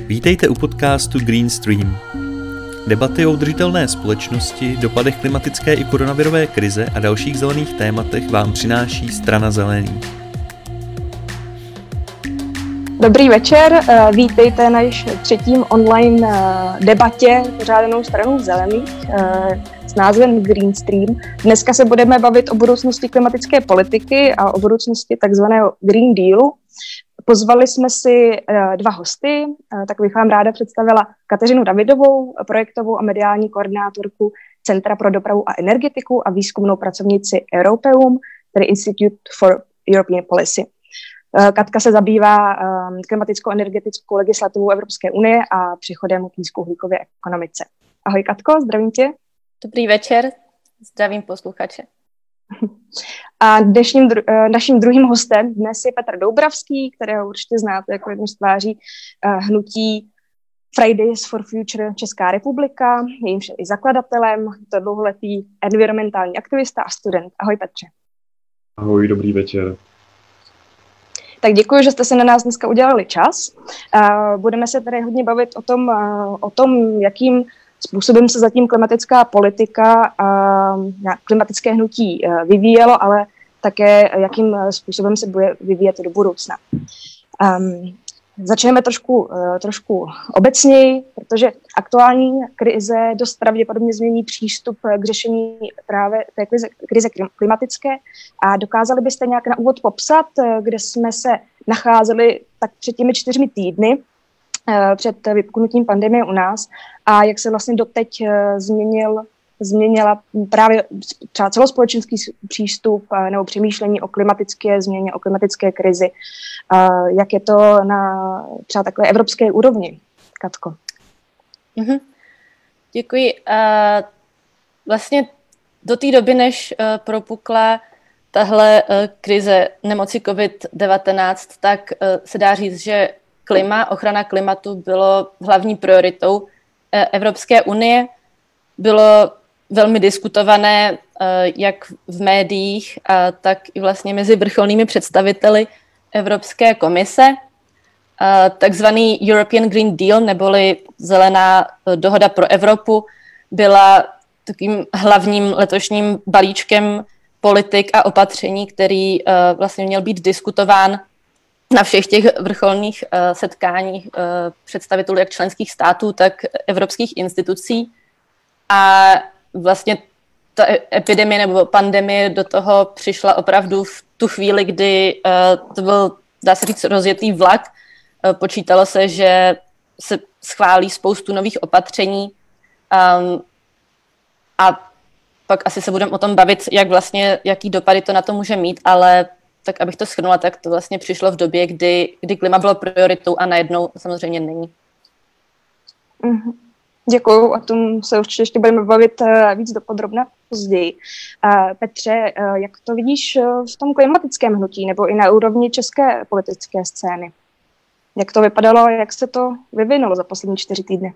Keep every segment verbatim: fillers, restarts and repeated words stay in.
Vítejte u podcastu Green Stream. Debaty o udržitelné společnosti, dopadech klimatické i koronavirové krize a dalších zelených tématech vám přináší Strana zelených. Dobrý večer, vítejte na již třetím online debatě pořádanou Stranou zelených s názvem Green Stream. Dneska se budeme bavit o budoucnosti klimatické politiky a o budoucnosti takzvaného Green Dealu. Pozvali jsme si dva hosty, tak bych vám ráda představila Kateřinu Davidovou, projektovou a mediální koordinátorku Centra pro dopravu a energetiku a výzkumnou pracovnici Europeum, tedy Institute for European Policy. Katka se zabývá klimatickou energetickou legislativou Evropské unie a přechodem k nízkouhlíkové ekonomice. Ahoj Katko, zdravím tě. Dobrý večer, zdravím posluchače. A dnešním, naším druhým hostem dnes je Petr Doubravský, kterého určitě znáte jako jednu z tváří hnutí Fridays for Future Česká republika, jejímž je i zakladatelem, to dlouholetý environmentální aktivista a student. Ahoj Petře. Ahoj, dobrý večer. Tak děkuji, že jste se na nás dneska udělali čas. Budeme se tady hodně bavit o tom, o tom, jakým způsobem se zatím klimatická politika a klimatické hnutí vyvíjelo, ale také jakým způsobem se bude vyvíjet do budoucna. Um, začneme trošku, trošku obecněji, protože aktuální krize dost pravděpodobně změní přístup k řešení právě té krize, krize klimatické. A dokázali byste nějak na úvod popsat, kde jsme se nacházeli tak před těmi čtyřmi týdny, před vypuknutím pandemie u nás a jak se vlastně doteď změnil, změnila právě třeba celospolečenský přístup nebo přemýšlení o klimatické změně, o klimatické krizi. Jak je to na třeba takové evropské úrovni, Katko? Mm-hmm. Děkuji. Uh, vlastně do té doby, než uh, propukla tahle uh, krize nemoci covid devatenáct, tak uh, se dá říct, že klima, ochrana klimatu bylo hlavní prioritou Evropské unie. Bylo velmi diskutované jak v médiích, tak i vlastně mezi vrcholnými představiteli Evropské komise. Takzvaný European Green Deal, neboli Zelená dohoda pro Evropu, byla takým hlavním letošním balíčkem politik a opatření, který vlastně měl být diskutován na všech těch vrcholných uh, setkáních uh, představitelů jak členských států, tak evropských institucí. A vlastně ta epidemie nebo pandemie do toho přišla opravdu v tu chvíli, kdy uh, to byl, dá se říct, rozjetý vlak. Uh, počítalo se, že se schválí spoustu nových opatření um, a pak asi se budeme o tom bavit, jak vlastně, jaký dopady to na to může mít, ale tak abych to shrnula, tak to vlastně přišlo v době, kdy, kdy klima bylo prioritou a najednou samozřejmě není. Mm-hmm. Děkuju, o tom se určitě ještě budeme bavit uh, víc dopodrobna později. Uh, Petře, uh, jak to vidíš uh, v tom klimatickém hnutí nebo i na úrovni české politické scény? Jak to vypadalo, jak se to vyvinulo za poslední čtyři týdny?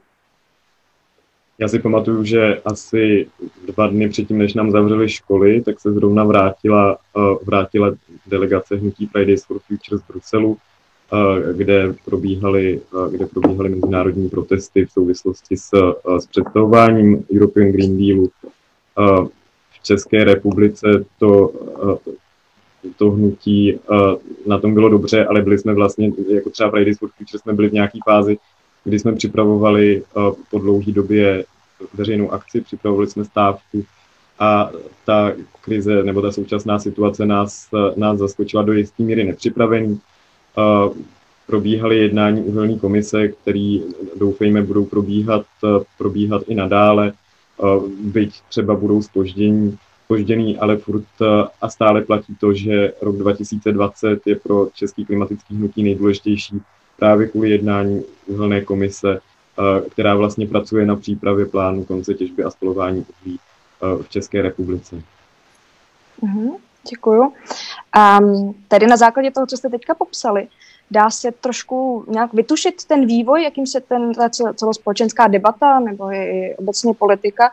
Já si pamatuju, že asi dva dny předtím, než nám zavřely školy, tak se zrovna vrátila, uh, vrátila delegace hnutí Fridays for Future z Bruselu, uh, kde probíhaly, uh, kde probíhaly mezinárodní protesty v souvislosti s, uh, s představováním European Green Dealu. Uh, v České republice to, uh, to hnutí uh, na tom bylo dobře, ale byli jsme vlastně, jako třeba Fridays for Future, jsme byli v nějaké fázi, kdy jsme připravovali uh, po dlouhé době veřejnou akci, připravovali jsme stávku a ta krize nebo ta současná situace nás, nás zaskočila do jisté míry nepřipravený. Uh, probíhaly jednání uhelné komise, které doufejme budou probíhat, probíhat i nadále, uh, byť třeba budou zpoždění, zpožděný, ale furt uh, a stále platí to, že rok dva tisíce dvacet je pro český klimatický hnutí nejdůležitější právě kvůli jednání uhelné komise, která vlastně pracuje na přípravě plánu konce těžby a spalování uhlí v České republice. Mm-hmm, děkuju. Um, tedy na základě toho, co jste teďka popsali, dá se trošku nějak vytušit ten vývoj, jakým se ten, ta celospolečenská debata nebo i obecně politika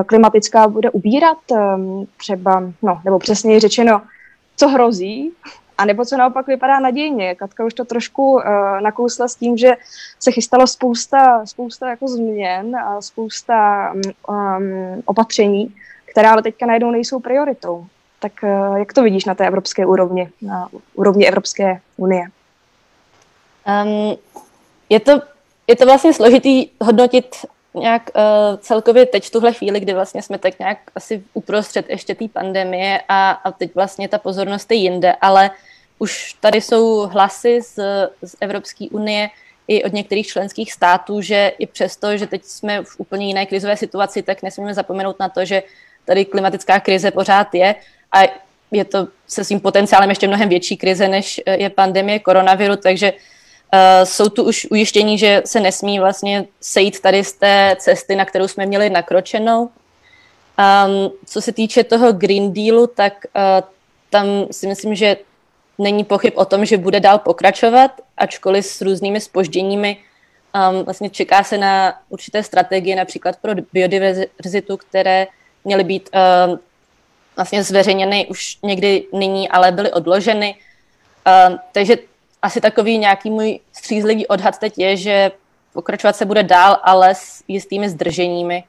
klimatická bude ubírat? Um, třeba, no, nebo přesněji řečeno, co hrozí A nebo co naopak vypadá nadějně. Katka už to trošku uh, nakousla s tím, že se chystalo spousta, spousta jako změn a spousta um, opatření, která ale teďka najednou nejsou prioritou. Tak uh, jak to vidíš na té evropské úrovni, na úrovni Evropské unie? Um, je, to, je to vlastně složitý hodnotit nějak uh, celkově teď v tuhle chvíli, kdy vlastně jsme tak nějak asi uprostřed ještě té pandemie a, a teď vlastně ta pozornost je jinde, ale už tady jsou hlasy z, z Evropské unie i od některých členských států, že i přesto, že teď jsme v úplně jiné krizové situaci, tak nesmíme zapomenout na to, že tady klimatická krize pořád je a je to se svým potenciálem ještě mnohem větší krize, než je pandemie koronaviru, takže uh, jsou tu už ujištění, že se nesmí vlastně sejít tady z té cesty, na kterou jsme měli nakročenou. Um, co se týče toho Green Dealu, tak uh, tam si myslím, že není pochyb o tom, že bude dál pokračovat, ačkoliv s různými zpožděními. Um, vlastně čeká se na určité strategie, například pro biodiverzitu, které měly být um, vlastně zveřejněny už někdy nyní, ale byly odloženy. Um, takže asi takový nějaký můj střízlivý odhad teď je, že pokračovat se bude dál, ale s jistými zdrženími.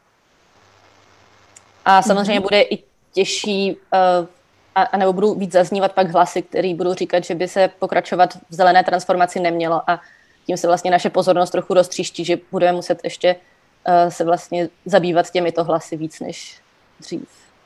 A samozřejmě mm-hmm. bude i těžší uh, a, a nebo budou víc zaznívat pak hlasy, které budou říkat, že by se pokračovat v zelené transformaci nemělo a tím se vlastně naše pozornost trochu roztříští, že budeme muset ještě uh, se vlastně zabývat těmito hlasy víc než dřív.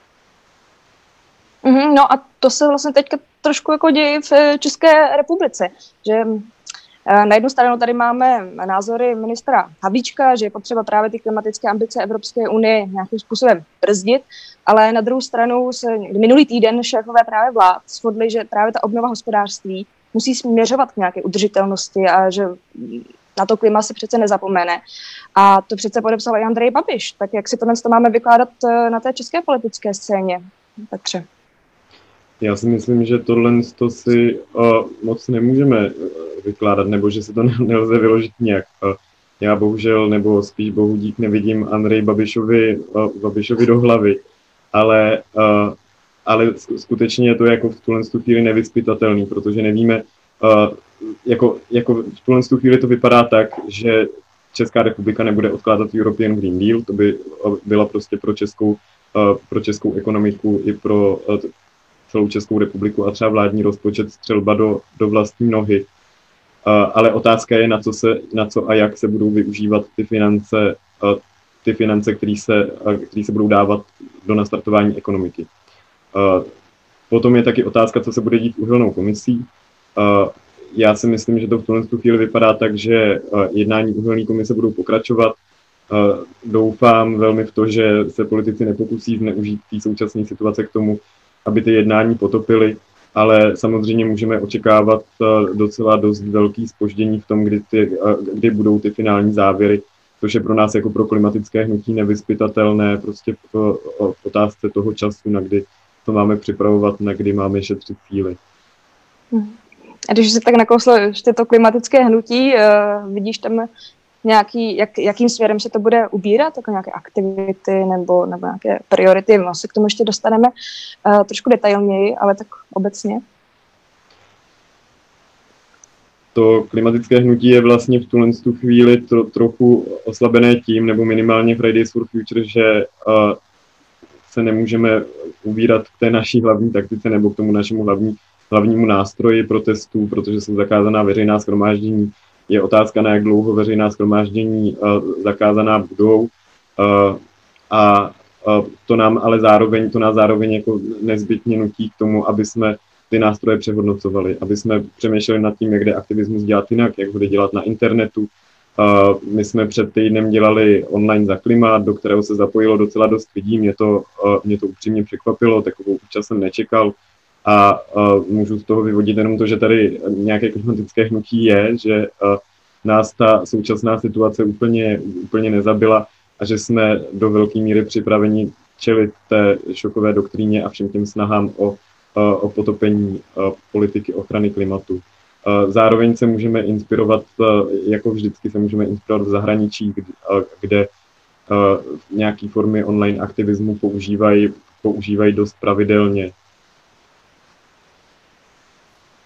Mm-hmm, no a to se vlastně teďka trošku jako děje v České republice, že na jednu stranu tady máme názory ministra Havlíčka, že je potřeba právě ty klimatické ambice Evropské unie nějakým způsobem brzdit, ale na druhou stranu se minulý týden šéfové právě vlád shodli, že právě ta obnova hospodářství musí směřovat k nějaké udržitelnosti a že na to klima se přece nezapomene. A to přece podepsal i Andrej Babiš. Tak jak si tohle to máme vykládat na té české politické scéně, Petře? Já si myslím, že tohle to si uh, moc nemůžeme vykládat, nebo že se to nelze vyložit nějak. Uh, já bohužel, nebo spíš bohu dík, nevidím Andrej Babišovi, uh, Babišovi do hlavy, ale, uh, ale skutečně je to jako v tuhle chvíli nevyzpytatelný, protože nevíme, uh, jako, jako v tuhle chvíli to vypadá tak, že Česká republika nebude odkládat European Green Deal, to by byla prostě pro českou, uh, pro českou ekonomiku i pro uh, celou Českou republiku a třeba vládní rozpočet střelba do, do vlastní nohy. Uh, ale otázka je, na co, se, na co a jak se budou využívat ty finance, uh, ty finance, které se, uh, které se budou dávat do nastartování ekonomiky. Uh, potom je taky otázka, co se bude dít uhelnou komisí. Uh, já si myslím, že to v tuhle chvíli vypadá tak, že uh, jednání uhelné komise budou pokračovat. Uh, doufám velmi v to, že se politici nepokusí zneužít té současné situace k tomu, aby ty jednání potopily, ale samozřejmě můžeme očekávat docela dost velký zpoždění v tom, kdy, ty, kdy budou ty finální závěry, což je pro nás jako pro klimatické hnutí nevyzpytatelné, prostě v, v otázce toho času, na kdy to máme připravovat, na kdy máme šetřit síly. A když se tak nakouslo ještě to klimatické hnutí, uh, vidíš tam nějaký, jak, jakým směrem se to bude ubírat, jako nějaké aktivity nebo, nebo nějaké priority, no se k tomu ještě dostaneme uh, trošku detailněji, ale tak obecně. To klimatické hnutí je vlastně v tuhle chvíli tro, trochu oslabené tím, nebo minimálně Fridays for Future, že uh, se nemůžeme ubírat k té naší hlavní taktice nebo k tomu našemu hlavní, hlavnímu nástroji protestů, protože jsou zakázaná veřejná shromáždění. Je otázka, na jak dlouho veřejná shromáždění uh, zakázaná budou uh, a uh, to nám ale zároveň, to nás zároveň jako nezbytně nutí k tomu, aby jsme ty nástroje přehodnocovali, aby jsme přemýšleli nad tím, jak jde aktivismus dělat jinak, jak bude dělat na internetu. Uh, my jsme před týdnem dělali online za klima, do kterého se zapojilo docela dost lidí, mě to, uh, mě to upřímně překvapilo, takovou účast jsem nečekal. A uh, můžu z toho vyvodit jenom to, že tady nějaké klimatické hnutí je, že uh, nás ta současná situace úplně, úplně nezabila a že jsme do velké míry připraveni čelit té šokové doktríně a všem těm snahám o, uh, o potopení uh, politiky ochrany klimatu. Uh, zároveň se můžeme inspirovat, uh, jako vždycky se můžeme inspirovat v zahraničí, kde, uh, kde uh, nějaké formy online aktivismu používají používají dost pravidelně.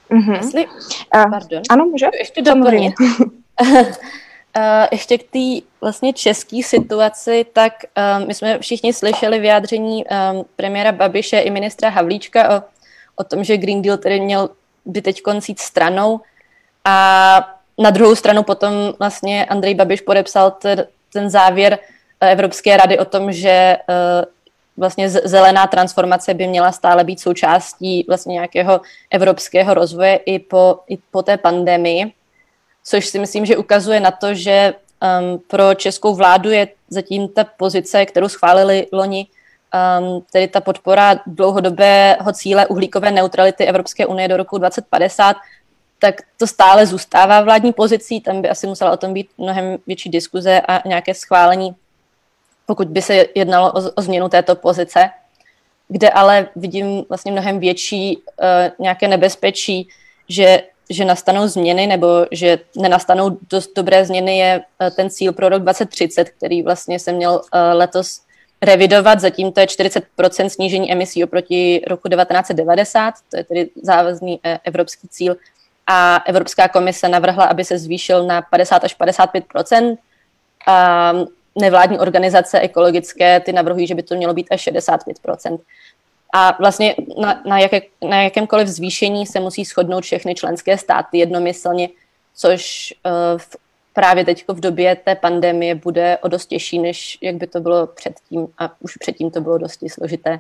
Mm-hmm. Jestli, uh, pardon. Ano, může? Ještě doplnit. Ještě k té vlastně české situaci, tak um, my jsme všichni slyšeli vyjádření um, premiéra Babiše i ministra Havlíčka o, o tom, že Green Deal tedy měl by teď koncít stranou, a na druhou stranu potom vlastně Andrej Babiš podepsal ten, ten závěr Evropské rady o tom, že uh, vlastně zelená transformace by měla stále být součástí vlastně nějakého evropského rozvoje i po, i po té pandemii, což si myslím, že ukazuje na to, že um, pro českou vládu je zatím ta pozice, kterou schválili loni, um, tedy ta podpora dlouhodobého cíle uhlíkové neutrality Evropské unie do roku dvacet padesát, tak to stále zůstává vládní pozicí, tam by asi musela o tom být mnohem větší diskuze a nějaké schválení, pokud by se jednalo o, o změnu této pozice, kde ale vidím vlastně mnohem větší uh, nějaké nebezpečí, že, že nastanou změny nebo že nenastanou dost dobré změny, je uh, ten cíl pro rok dvacet třicet, který vlastně se měl uh, letos revidovat, zatím to je čtyřicet procent snížení emisí oproti roku devatenáct set devadesát, to je tedy závazný uh, evropský cíl, a Evropská komise navrhla, aby se zvýšil na padesát až padesát pět procent. Um, nevládní organizace ekologické, ty navrhují, že by to mělo být až šedesát pět procent. A vlastně na, na, jaké, na jakémkoliv zvýšení se musí shodnout všechny členské státy jednomyslně, což uh, v, právě teď v době té pandemie bude o dost těžší, než jak by to bylo předtím. A už předtím to bylo dosti složité.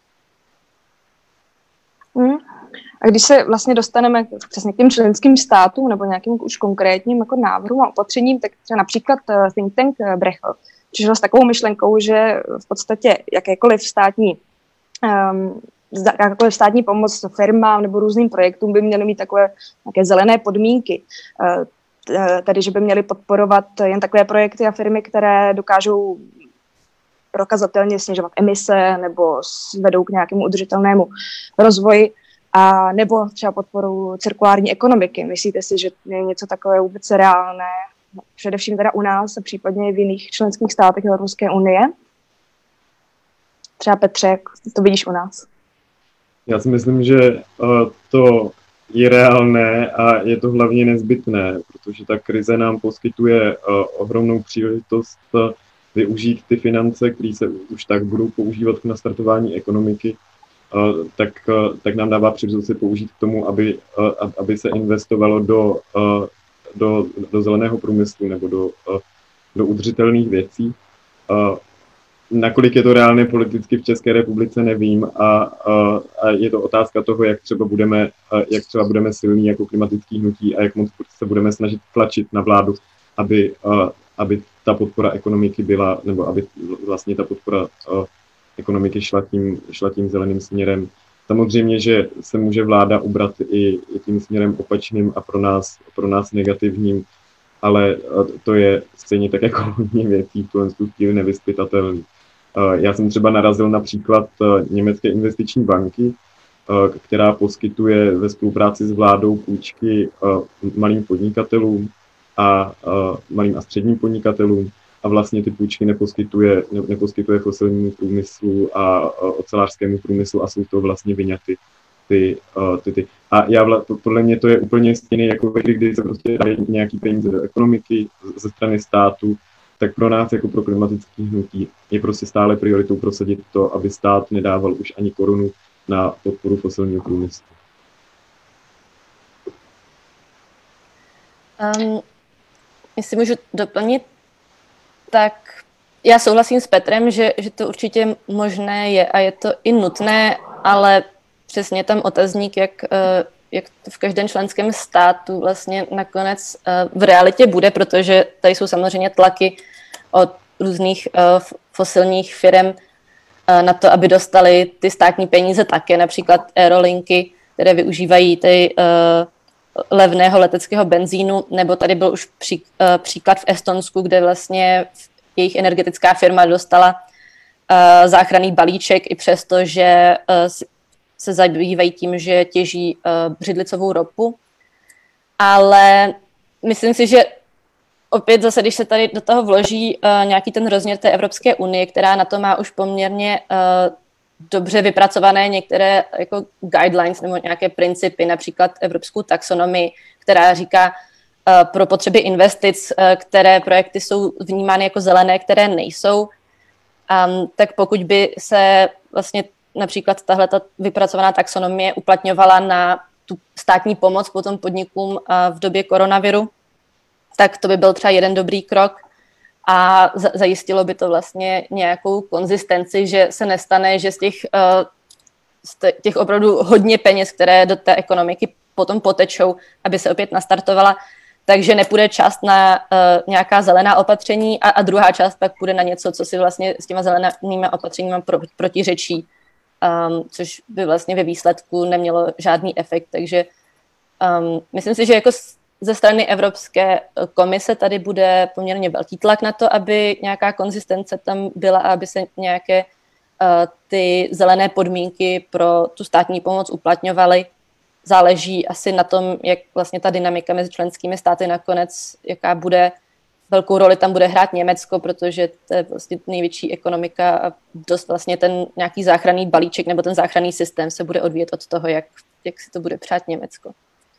Hmm. A když se vlastně dostaneme přesně k těm členským státům nebo nějakým už konkrétním jako návrhům a opatřením, tak třeba například think tank Brechl přišel s takovou myšlenkou, že v podstatě jakékoliv státní, um, jakékoliv státní pomoc firmám nebo různým projektům by měly mít takové nějaké zelené podmínky. Uh, tedy, že by měly podporovat jen takové projekty a firmy, které dokážou prokazatelně snižovat emise nebo vedou k nějakému udržitelnému rozvoji, a nebo třeba podporou cirkulární ekonomiky. Myslíte si, že je něco takové vůbec reálné, především teda u nás a případně i v jiných členských státech Evropské unie? Třeba Petře, jak to vidíš u nás? Já si myslím, že uh, to je reálné a je to hlavně nezbytné, protože ta krize nám poskytuje uh, ohromnou příležitost uh, využít ty finance, které se už tak budou používat k nastartování ekonomiky, uh, tak, uh, tak nám dává příležitost se použít k tomu, aby, uh, aby se investovalo do, uh, do, do zeleného průmyslu nebo do, uh, do udržitelných věcí. Uh, nakolik je to reálné politicky v České republice, nevím, a, a, a je to otázka toho, jak třeba budeme, jak třeba budeme silní jako klimatický hnutí a jak moc se budeme snažit tlačit na vládu, aby, a, aby ta podpora ekonomiky byla, nebo aby vlastně ta podpora a, ekonomiky šla tím, šla tím zeleným směrem. Samozřejmě, že se může vláda ubrat i, i tím směrem opačným a pro nás, pro nás negativním, ale to je stejně tak jako hodně věcí v tuhle chvíli nevyzpytatelný. Já jsem třeba narazil na příklad německé investiční banky, která poskytuje ve spolupráci s vládou půjčky malým podnikatelům a malým a středním podnikatelům a vlastně ty půjčky neposkytuje, neposkytuje fosilnímu průmyslu a ocelářskému průmyslu a jsou to vlastně vyňaty ty, ty, ty. A já vla, podle mě to je úplně stejné, jako kdy se prostě dají nějaký peníze do ekonomiky ze strany státu, tak pro nás jako pro klimatické hnutí je prostě stále prioritou prosadit to, aby stát nedával už ani korunu na podporu fosilního průmyslu. Um, jestli můžu doplnit, tak já souhlasím s Petrem, že, že to určitě možné je a je to i nutné, ale přesně tam otazník, jak, jak to v každém členském státu vlastně nakonec v realitě bude, protože tady jsou samozřejmě tlaky od různých fosilních firm na to, aby dostali ty státní peníze také, například aerolinky, které využívají ty levného leteckého benzínu, nebo tady byl už pří, příklad v Estonsku, kde vlastně jejich energetická firma dostala záchranný balíček i přesto, že se zabývají tím, že těží uh, břidlicovou ropu. Ale myslím si, že opět zase, když se tady do toho vloží uh, nějaký ten rozměr té Evropské unie, která na to má už poměrně uh, dobře vypracované některé jako guidelines nebo nějaké principy, například evropskou taxonomii, která říká uh, pro potřeby investic, uh, které projekty jsou vnímány jako zelené, které nejsou. Um, tak pokud by se vlastně například tahle ta vypracovaná taxonomie uplatňovala na tu státní pomoc potom podnikům uh, v době koronaviru, tak to by byl třeba jeden dobrý krok a zajistilo by to vlastně nějakou konzistenci, že se nestane, že z těch, z těch opravdu hodně peněz, které do té ekonomiky potom potečou, aby se opět nastartovala, takže nepůjde část na nějaká zelená opatření a, a druhá část pak půjde na něco, co si vlastně s těma zelenými opatřeními pro, protiřečí, um, což by vlastně ve výsledku nemělo žádný efekt. Takže um, myslím si, že jako ze strany Evropské komise tady bude poměrně velký tlak na to, aby nějaká konzistence tam byla a aby se nějaké uh, ty zelené podmínky pro tu státní pomoc uplatňovaly. Záleží asi na tom, jak vlastně ta dynamika mezi členskými státy nakonec, jaká bude, velkou roli tam bude hrát Německo, protože to je vlastně největší ekonomika a dost vlastně ten nějaký záchranný balíček nebo ten záchranný systém se bude odvíjet od toho, jak, jak si to bude přát Německo.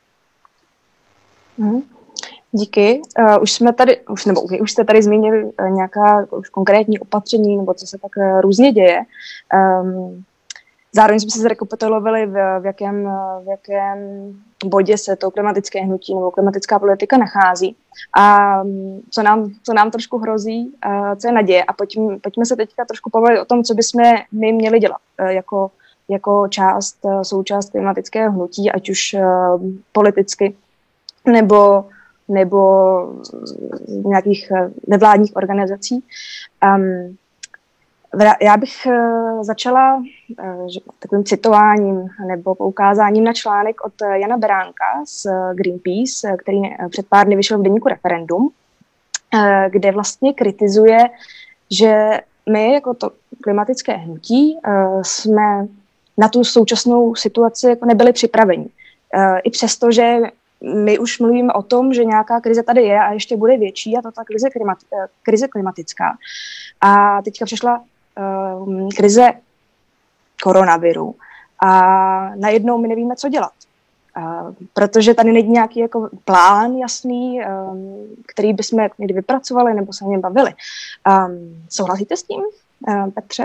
Hmm. Díky. Uh, už jsme tady, už, nebo už jste tady zmínili uh, nějaká už konkrétní opatření, nebo co se tak uh, různě děje. Um, zároveň jsme se zrekapitulovali, v, v, jakém, v jakém bodě se to klimatické hnutí nebo klimatická politika nachází a um, co nám, co nám trošku hrozí, uh, co je naděje. A pojďme, pojďme se teďka trošku pobavit o tom, co bychom my měli dělat uh, jako, jako část, uh, součást klimatického hnutí, ať už uh, politicky, nebo, nebo nějakých nevládních organizací. Um, já bych uh, začala uh, takovým citováním nebo poukázáním na článek od Jana Beránka z Greenpeace, který před pár dny vyšel v deníku Referendum, uh, kde vlastně kritizuje, že my jako to klimatické hnutí uh, jsme na tu současnou situaci jako nebyli připraveni. Uh, I přesto, že my už mluvíme o tom, že nějaká krize tady je a ještě bude větší, a to ta krize, klimati- krize klimatická. A teďka přišla uh, krize koronaviru a najednou my nevíme, co dělat. Uh, protože tady není nějaký jako plán jasný, um, který bychom někdy vypracovali nebo se o něm bavili. Um, souhlasíte s tím, uh, Petře?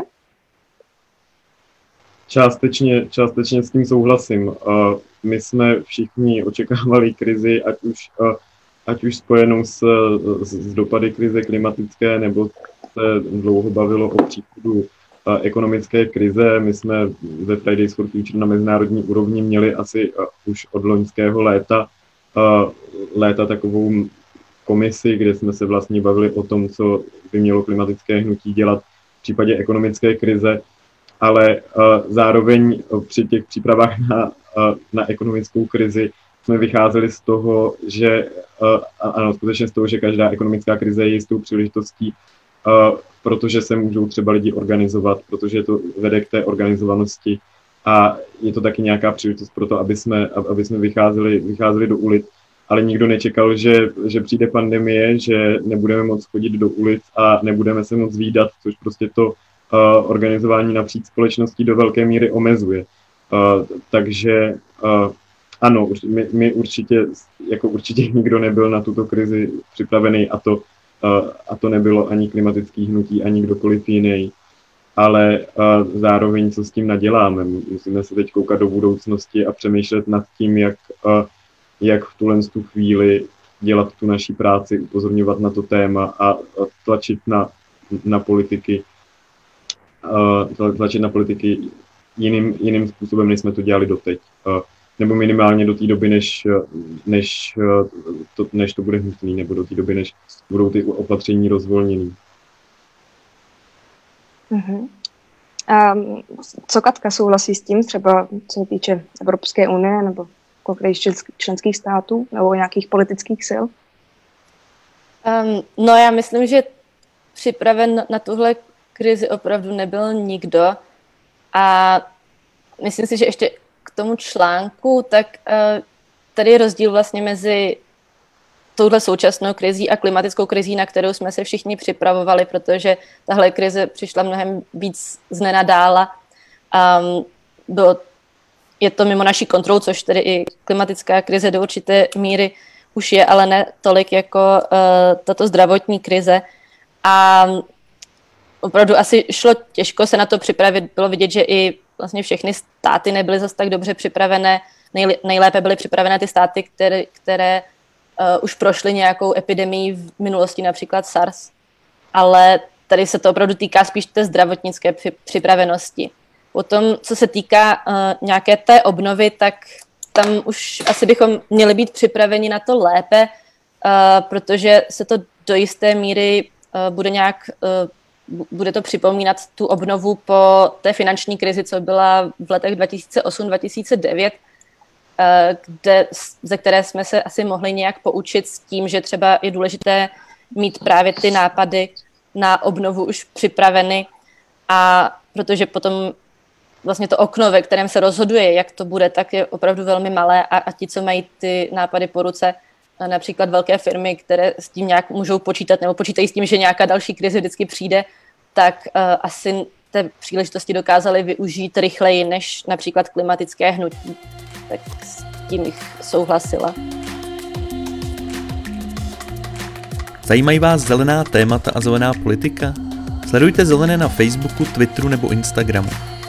Částečně, částečně s tím souhlasím. Uh, my jsme všichni očekávali krizi, ať už, uh, ať už spojenou s, s, s dopady krize klimatické, nebo se dlouho bavilo o příchodu uh, ekonomické krize. My jsme ve Fridays for Future na mezinárodní úrovni měli asi uh, už od loňského léta, uh, léta takovou komisi, kde jsme se vlastně bavili o tom, co by mělo klimatické hnutí dělat v případě ekonomické krize. Ale uh, zároveň při těch přípravách na, uh, na ekonomickou krizi jsme vycházeli z toho, že uh, ano, skutečně z toho, že každá ekonomická krize je jistou příležitostí, uh, protože se můžou třeba lidi organizovat, protože to vede k té organizovanosti a je to taky nějaká příležitost pro to, aby jsme, aby jsme vycházeli, vycházeli do ulic, ale nikdo nečekal, že, že přijde pandemie, že nebudeme moc chodit do ulic a nebudeme se moc vídat, což prostě to Uh, organizování napříč společností do velké míry omezuje. Uh, takže uh, ano, my, my určitě, jako určitě nikdo nebyl na tuto krizi připravený a to, uh, a to nebylo ani klimatický hnutí, ani kdokoliv jiný. Ale uh, zároveň, co s tím naděláme? Musíme se teď koukat do budoucnosti a přemýšlet nad tím, jak, uh, jak v tuhle tu chvíli dělat tu naší práci, upozorňovat na to téma a, a tlačit na, na politiky Uh, tlačit na politiky jiným, jiným způsobem, než jsme to dělali doteď. Uh, nebo minimálně do té doby, než, než, uh, to, než to bude nutné, nebo do té doby, než budou ty opatření rozvolněný. Uh-huh. Um, co Katka souhlasí s tím, třeba co se týče Evropské unie, nebo konkrétně členských států, nebo nějakých politických sil? Um, no já myslím, že připraven na tuhle krizi opravdu nebyl nikdo a myslím si, že ještě k tomu článku, tak uh, tady je rozdíl vlastně mezi touhle současnou krizí a klimatickou krizí, na kterou jsme se všichni připravovali, protože tahle krize přišla mnohem víc znenadála Um, bylo, je to mimo naší kontrolu, což tedy i klimatická krize do určité míry už je, ale ne tolik jako uh, tato zdravotní krize. A opravdu asi šlo těžko se na to připravit. Bylo vidět, že i vlastně všechny státy nebyly zase tak dobře připravené. Nejlépe byly připravené ty státy, které, které uh, už prošly nějakou epidemii v minulosti, například SARS. Ale tady se to opravdu týká spíš té zdravotnické při, připravenosti. Potom, co se týká uh, nějaké té obnovy, tak tam už asi bychom měli být připraveni na to lépe, uh, protože se to do jisté míry uh, bude nějak, uh, bude to připomínat tu obnovu po té finanční krizi, co byla v letech dva tisíce osm dva tisíce devět, uh, kde, ze které jsme se asi mohli nějak poučit s tím, že třeba je důležité mít právě ty nápady na obnovu už připraveny, a protože potom vlastně to okno, ve kterém se rozhoduje, jak to bude, tak je opravdu velmi malé, a, a ti, co mají ty nápady po ruce, například velké firmy, které s tím nějak můžou počítat nebo počítají s tím, že nějaká další krize vždycky přijde, tak uh, asi té příležitosti dokázali využít rychleji než například klimatické hnutí. Tak s tím bych souhlasila. Zajímají vás zelená témata a zelená politika? Sledujte Zelené na Facebooku, Twitteru nebo Instagramu.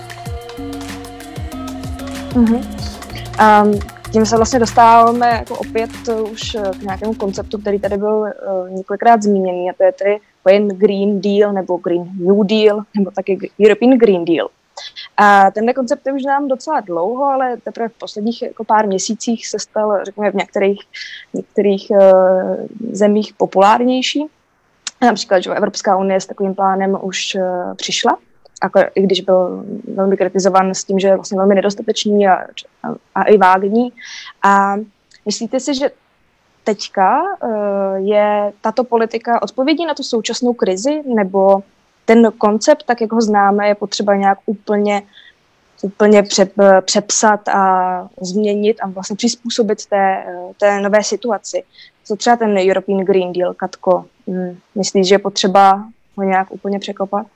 Mm-hmm. Um, tím se vlastně dostáváme jako opět už k nějakému konceptu, který tady byl uh, několikrát zmíněný, a to je tedy pojem Green Deal nebo Green New Deal nebo taky European Green Deal. A tenhle koncept je už nám docela dlouho, ale teprve v posledních jako pár měsících se stal, řekněme, v některých, některých uh, zemích populárnější. Například, že Evropská unie s takovým plánem už uh, přišla, jako, i když byl velmi kritizován s tím, že je vlastně velmi nedostatečný a, a, a i vágní. A myslíte si, že teďka uh, je tato politika odpovědí na tu současnou krizi, nebo ten koncept, tak jak ho známe, je potřeba nějak úplně, úplně přep, přepsat a změnit a vlastně přizpůsobit té, té nové situaci? Co třeba ten European Green Deal, Katko? Hmm. Myslíš, že je potřeba ho nějak úplně překopat?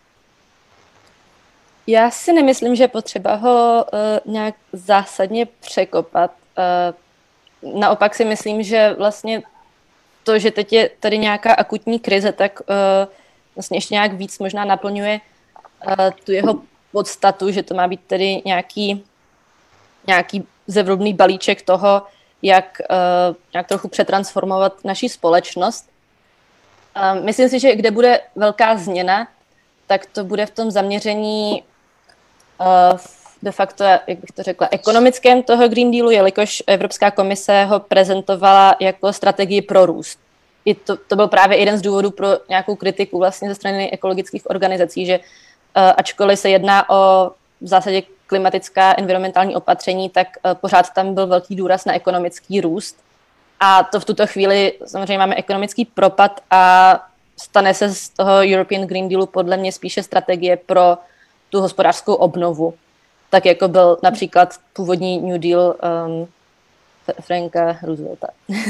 Já si nemyslím, že je potřeba ho uh, nějak zásadně překopat. Uh, naopak si myslím, že vlastně to, že teď je tady nějaká akutní krize, tak uh, vlastně ještě nějak víc možná naplňuje uh, tu jeho podstatu, že to má být tedy nějaký, nějaký zevrubný balíček toho, jak uh, nějak trochu přetransformovat naši společnost. Uh, myslím si, že kde bude velká změna, tak to bude v tom zaměření uh, de facto, jak bych to řekla, ekonomickém toho Green Dealu, jelikož Evropská komise ho prezentovala jako strategii pro růst. I to, to byl právě jeden z důvodů pro nějakou kritiku vlastně ze strany ekologických organizací, že uh, ačkoliv se jedná o v zásadě klimatická environmentální opatření, tak uh, pořád tam byl velký důraz na ekonomický růst. A to v tuto chvíli samozřejmě máme ekonomický propad a stane se z toho European Green Dealu podle mě spíše strategie pro tu hospodářskou obnovu. Tak jako byl například původní New Deal um, Franka Roosevelta.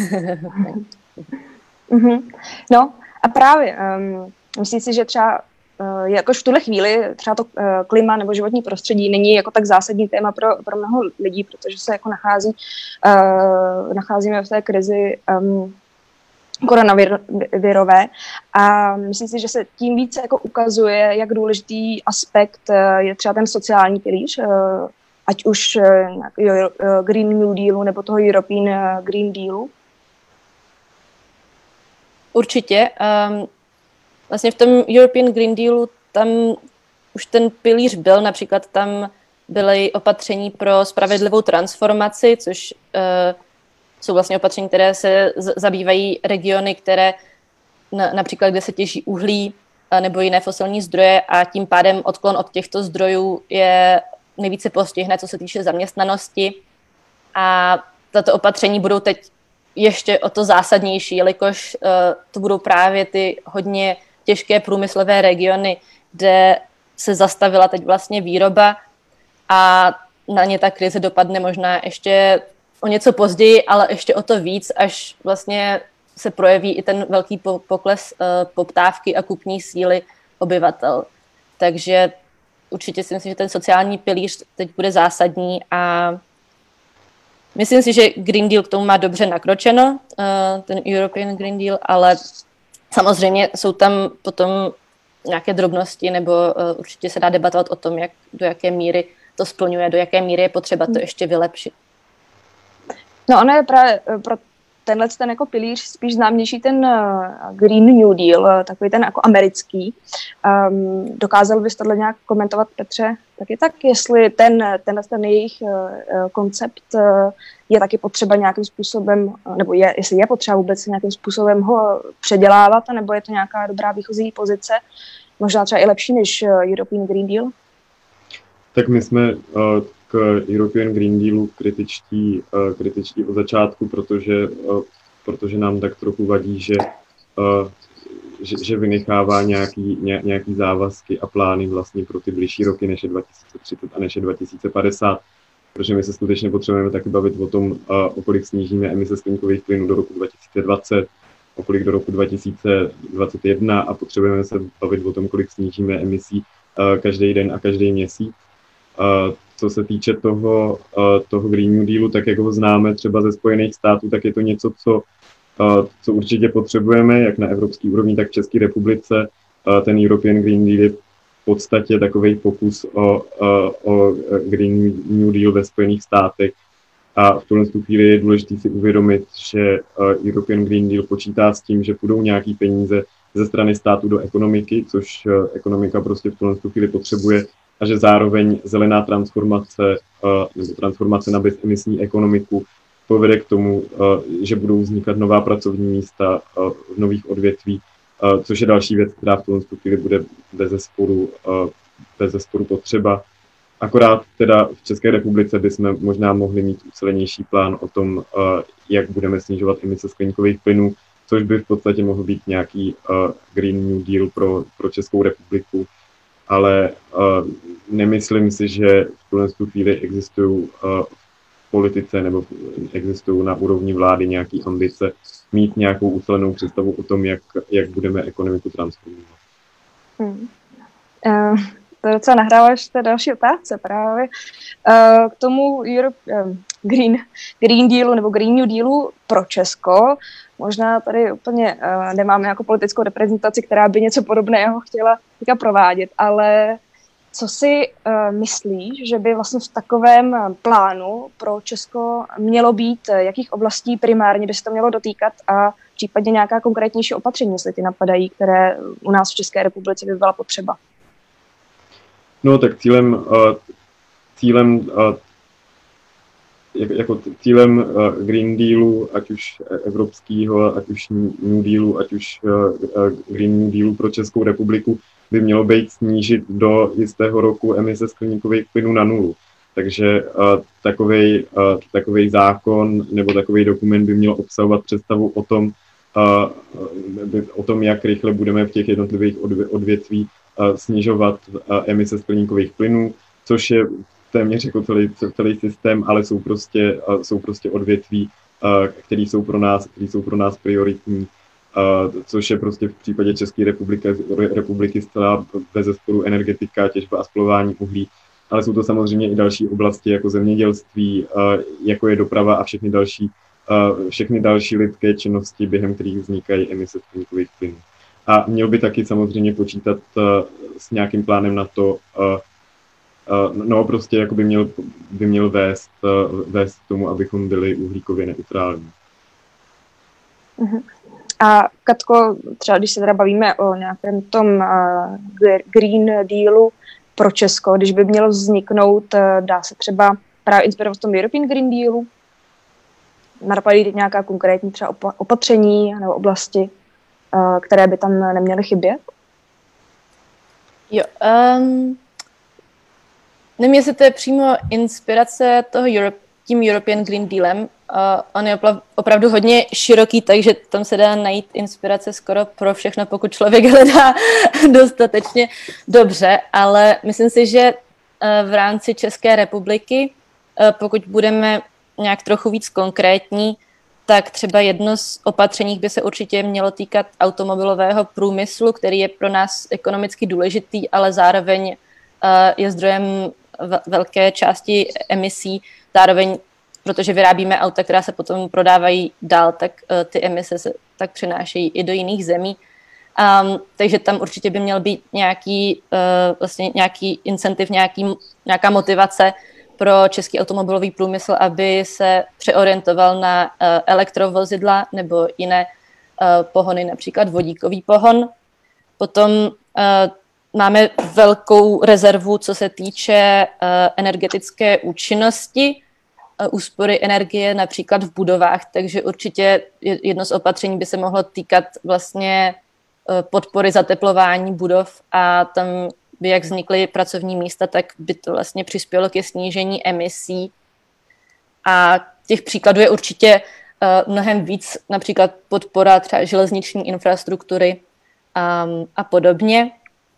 Mm-hmm. No a právě, um, myslím si, že třeba uh, jakož v tuhle chvíli třeba to uh, klima nebo životní prostředí není jako tak zásadní téma pro, pro mnoho lidí, protože se jako nachází, uh, nacházíme v té krizi um, koronavirové, a myslím si, že se tím více jako ukazuje, jak důležitý aspekt uh, je třeba ten sociální pilíř, uh, ať už uh, Green New Dealu nebo toho European uh, Green Dealu. Určitě. Um, vlastně v tom European Green Dealu tam už ten pilíř byl, například tam byly opatření pro spravedlivou transformaci, což uh, jsou vlastně opatření, které se z- zabývají regiony, které na, například, kde se těží uhlí uh, nebo jiné fosilní zdroje, a tím pádem odklon od těchto zdrojů je nejvíce postihne, co se týče zaměstnanosti. A tato opatření budou teď ještě o to zásadnější, jelikož uh, to budou právě ty hodně těžké průmyslové regiony, kde se zastavila teď vlastně výroba a na ně ta krize dopadne možná ještě o něco později, ale ještě o to víc, až vlastně se projeví i ten velký pokles uh, poptávky a kupní síly obyvatel. Takže určitě si myslím, že ten sociální pilíř teď bude zásadní a myslím si, že Green Deal k tomu má dobře nakročeno, ten European Green Deal, ale samozřejmě jsou tam potom nějaké drobnosti, nebo určitě se dá debatovat o tom, jak, do jaké míry to splňuje, do jaké míry je potřeba to ještě vylepšit. No ono je právě pro tenhle ten jako pilíř spíš známější ten Green New Deal, takový ten jako americký. Um, dokázal bys tohle nějak komentovat, Petře? Taky tak, jestli ten, tenhle ten jejich uh, koncept uh, je taky potřeba nějakým způsobem, nebo je, jestli je potřeba vůbec nějakým způsobem ho předělávat, nebo je to nějaká dobrá výchozí pozice, možná třeba i lepší než European Green Deal? Tak my jsme uh, k European Green Dealu kritičtí, uh, kritičtí od začátku, protože, uh, protože nám tak trochu vadí, že, uh, že, že vynechává nějaký, ně, nějaký závazky a plány vlastně pro ty bližší roky, než je dva tisíce třicet a než je dva tisíce padesát, protože my se skutečně potřebujeme taky bavit o tom, uh, o kolik snížíme emise skleníkových plynů do roku dva tisíce dvacet, o kolik do roku dva tisíce dvacet jedna a potřebujeme se bavit o tom, kolik snížíme emisí uh, každý den a každý měsíc. Uh, co se týče toho, uh, toho Green New Dealu, tak jak ho známe třeba ze Spojených států, tak je to něco, co, uh, co určitě potřebujeme, jak na evropské úrovni, tak v České republice. Uh, ten European Green Deal je v podstatě takový pokus o, uh, o Green New Deal ve Spojených státech. A v tuhle chvíli je důležité si uvědomit, že uh, European Green Deal počítá s tím, že půjdou nějaký peníze ze strany státu do ekonomiky, což uh, ekonomika prostě v tuhle chvíli potřebuje, a že zároveň zelená transformace nebo transformace na bezemisní ekonomiku povede k tomu, že budou vznikat nová pracovní místa v nových odvětví, což je další věc, která v tomto chvíli bude bezesporu, bezesporu potřeba. Akorát teda v České republice bychom možná mohli mít ucelenější plán o tom, jak budeme snižovat emise skleníkových plynů, což by v podstatě mohl být nějaký Green New Deal pro, pro Českou republiku. Ale uh, nemyslím si, že v tuhle chvíli existují uh, v politice nebo existují na úrovni vlády nějaké ambice mít nějakou ucelenou představu o tom, jak, jak budeme ekonomiku transformovat. Hmm. Uh, to docela nahráváš té další otázce právě. Uh, k tomu Europe, uh, Green, Green Dealu nebo Green New Dealu pro Česko. Možná tady úplně uh, nemáme jako politickou reprezentaci, která by něco podobného chtěla teďka provádět, ale co si uh, myslíš, že by vlastně v takovém plánu pro Česko mělo být, jakých oblastí primárně by se to mělo dotýkat a případně nějaká konkrétnější opatření, jestli ty napadají, které u nás v České republice by byla potřeba? No tak cílem, uh, cílem uh, jako cílem Green Dealu, ať už evropského, ať už New Dealu, ať už Green New Dealu pro Českou republiku, by mělo být snížit do jistého roku emise skleníkových plynů na nulu. Takže takovej, takovej zákon nebo takový dokument by měl obsahovat představu o tom, o tom, jak rychle budeme v těch jednotlivých odvětví snižovat emise skleníkových plynů, což je téměř jako celý, celý systém, ale jsou prostě, jsou prostě odvětví, které jsou pro nás, které jsou pro nás prioritní, což je prostě v případě České republiky, republiky zcela bezesporu energetika, těžba a spalování uhlí, ale jsou to samozřejmě i další oblasti jako zemědělství, jako je doprava a všechny další, všechny další lidské činnosti, během kterých vznikají emise skleníkových plynů. A měl by taky samozřejmě počítat s nějakým plánem na to, no prostě jako by měl, by měl vést, vést k tomu, abychom byli uhlíkově neutrální. Uh-huh. A Katko, třeba když se teda bavíme o nějakém tom uh, Green Dealu pro Česko, když by měl vzniknout, uh, dá se třeba právě inspirovat v tom European Green Dealu? Napadají nějaká konkrétní třeba opa- opatření nebo oblasti, uh, které by tam neměly chybět? Jo, um... nevím, jestli to je přímo inspirace toho Europe, tím European Green Dealem. Uh, on je opla- opravdu hodně široký, takže tam se dá najít inspirace skoro pro všechno, pokud člověk hledá dostatečně dobře, ale myslím si, že uh, v rámci České republiky, uh, pokud budeme nějak trochu víc konkrétní, tak třeba jedno z opatření by se určitě mělo týkat automobilového průmyslu, který je pro nás ekonomicky důležitý, ale zároveň je zdrojem velké části emisí. Zároveň, protože vyrábíme auta, která se potom prodávají dál, tak ty emise se tak přenášejí i do jiných zemí. Um, takže tam určitě by měl být nějaký, uh, vlastně nějaký incentiv, nějaký, nějaká motivace pro český automobilový průmysl, aby se přeorientoval na uh, elektrovozidla nebo jiné uh, pohony, například vodíkový pohon. Potom uh, máme velkou rezervu, co se týče uh, energetické účinnosti, uh, úspory energie například v budovách, takže určitě jedno z opatření by se mohlo týkat vlastně podpory zateplování budov a tam by jak vznikly pracovní místa, tak by to vlastně přispělo ke snížení emisí. A těch příkladů je určitě uh, mnohem víc, například podpora třeba železniční infrastruktury um, a podobně.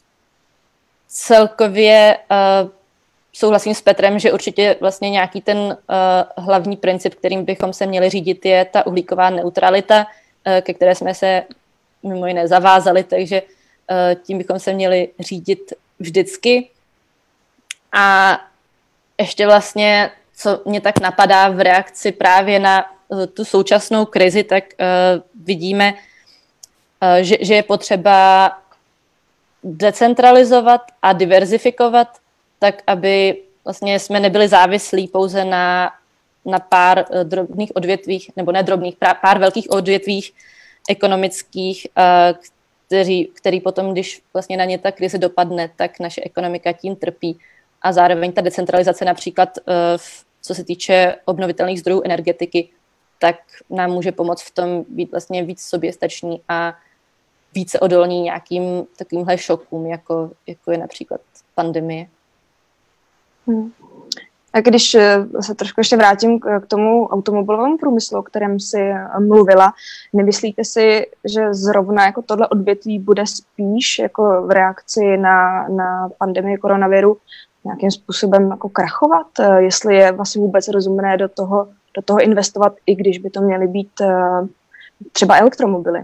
Celkově uh, souhlasím s Petrem, že určitě vlastně nějaký ten uh, hlavní princip, kterým bychom se měli řídit, je ta uhlíková neutralita, uh, ke které jsme se mimo jiné zavázali, takže uh, tím bychom se měli řídit vždycky. A ještě vlastně, co mě tak napadá v reakci právě na uh, tu současnou krizi, tak uh, vidíme, uh, že, že je potřeba decentralizovat a diverzifikovat, tak aby vlastně jsme nebyli závislí pouze na, na pár uh, drobných odvětvích, nebo ne drobných, pár velkých odvětvích ekonomických, který, který potom, když vlastně na ně ta krize dopadne, tak naše ekonomika tím trpí. A zároveň ta decentralizace například, co se týče obnovitelných zdrojů energetiky, tak nám může pomoct v tom být vlastně víc soběstační a více odolní nějakým takovýmhle šokům, jako, jako je například pandemie. Hmm. A když se trošku ještě vrátím k tomu automobilovému průmyslu, o kterém si mluvila, nemyslíte si, že zrovna jako tohle odvětví bude spíš jako v reakci na, na pandemii koronaviru nějakým způsobem jako krachovat? Jestli je vlastně vůbec rozumné do toho, do toho investovat, i když by to měly být třeba elektromobily?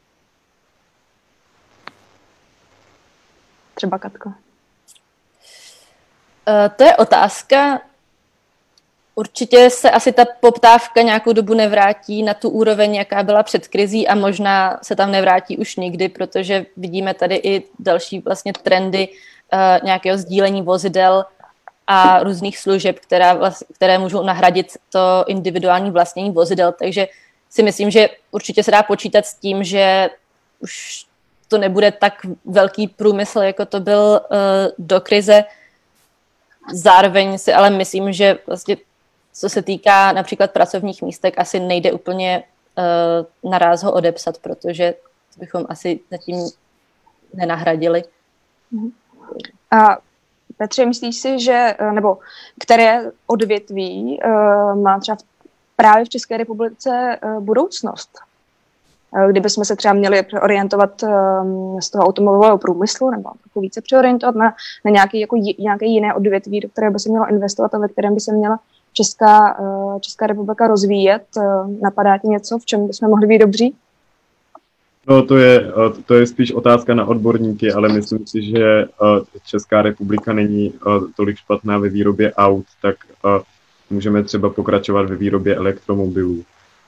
Třeba Katko. Uh, to je otázka. Určitě se asi ta poptávka nějakou dobu nevrátí na tu úroveň, jaká byla před krizí a možná se tam nevrátí už nikdy, protože vidíme tady i další vlastně trendy uh, nějakého sdílení vozidel a různých služeb, která vlast, které můžou nahradit to individuální vlastnění vozidel. Takže si myslím, že určitě se dá počítat s tím, že už to nebude tak velký průmysl, jako to byl uh, do krize. Zároveň si ale myslím, že vlastně co se týká například pracovních místek, asi nejde úplně uh, naráz ho odepsat, protože bychom asi zatím nenahradili. A Petře, myslíš si, že, nebo které odvětví uh, má třeba právě v České republice uh, budoucnost? Uh, kdybychom se třeba měli orientovat um, z toho automobilového průmyslu, nebo trochu více přeorientovat na, na nějaké, jako, nějaké jiné odvětví, do které by se mělo investovat a ve kterém by se měla Česká, Česká republika rozvíjet. Napadá ti něco, v čem bychom mohli být dobří? No, to je, to je spíš otázka na odborníky, ale myslím si, že Česká republika není tolik špatná ve výrobě aut, tak můžeme třeba pokračovat ve výrobě elektromobilů.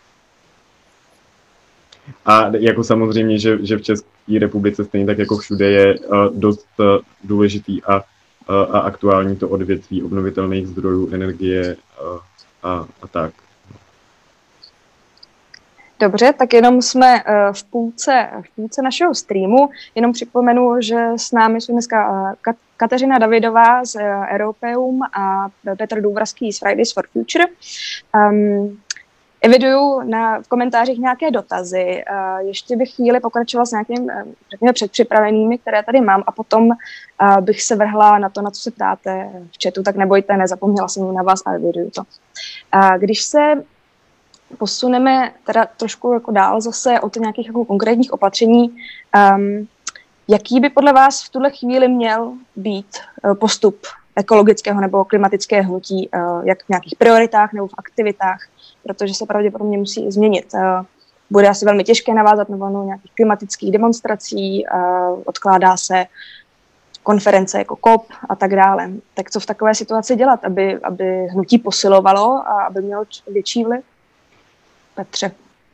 A jako samozřejmě, že, že v České republice stejně tak jako všude je dost důležitý a a aktuální to odvětví obnovitelných zdrojů energie a, a, a tak. Dobře, tak jenom jsme v půlce, v půlce našeho streamu. Jenom připomenu, že s námi jsou dneska Kateřina Davidová z Europeum a Petr Důvrazký z Fridays for Future. Um, Eviduju na, v komentářích nějaké dotazy. Uh, ještě bych chvíli pokračovala s nějakými, řekněme, předpřipravenými, které tady mám, a potom uh, bych se vrhla na to, na co se ptáte v chatu, tak nebojte, nezapomněla jsem na vás a eviduju to. Uh, když se posuneme teda trošku jako dál zase od nějakých jako konkrétních opatření, um, jaký by podle vás v tuhle chvíli měl být uh, postup ekologického nebo klimatického hnutí, uh, jak v nějakých prioritách nebo v aktivitách, protože se pravděpodobně musí změnit. Bude asi velmi těžké navázat na vlnu nějakých klimatických demonstrací, odkládá se konference jako COP a tak dále. Tak co v takové situaci dělat, aby, aby hnutí posilovalo a aby mělo větší vliv? Petře.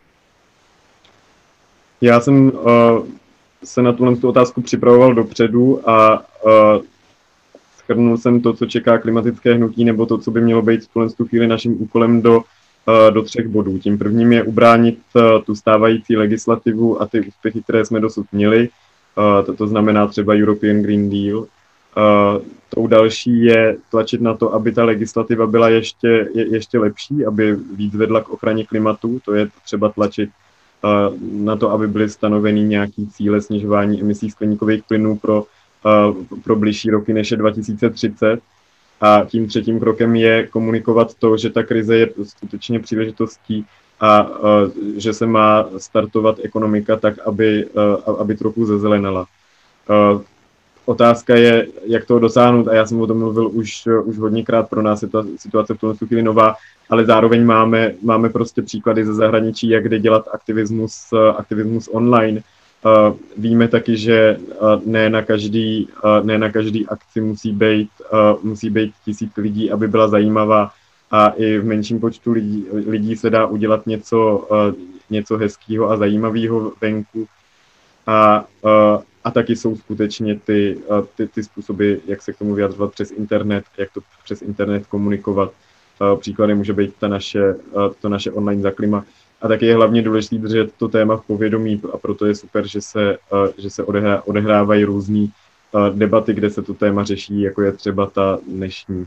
Já jsem uh, se na tuhle otázku připravoval dopředu a uh, shrnul jsem to, co čeká klimatické hnutí, nebo to, co by mělo být v tuhle chvíli naším úkolem do, uh, do třech bodů. Tím prvním je ubránit uh, tu stávající legislativu a ty úspěchy, které jsme dosud měli. Uh, to, to znamená třeba European Green Deal. Uh, tou další je tlačit na to, aby ta legislativa byla ještě, je, ještě lepší, aby víc vedla k ochraně klimatu. To je třeba tlačit uh, na to, aby byly stanoveny nějaký cíle snižování emisí skleníkových plynů pro, uh, pro bližší roky, než je dva tisíce třicet. A tím třetím krokem je komunikovat to, že ta krize je skutečně příležitostí a uh, že se má startovat ekonomika tak, aby, uh, aby trochu zezelenala. Uh, otázka je, jak toho dosáhnout, a já jsem o tom mluvil už, už hodněkrát, pro nás je ta situace v tom chvíli nová, ale zároveň máme, máme prostě příklady ze zahraničí, jak jde dělat aktivismus, uh, aktivismus online. Uh, víme taky, že uh, ne, na každý, uh, ne na každý akci musí být, uh, musí být tisíc lidí, aby byla zajímavá, a i v menším počtu lidí, lidí se dá udělat něco, uh, něco hezkého a zajímavého venku. A, uh, a taky jsou skutečně ty, uh, ty, ty způsoby, jak se k tomu vyjadřovat přes internet, jak to přes internet komunikovat. Uh, příkladem může být ta naše, uh, to naše online za klima. A taky je hlavně důležité držet to téma v povědomí, a proto je super, že se, uh, že se odehrá, odehrávají různé uh, debaty, kde se to téma řeší, jako je třeba ta dnešní.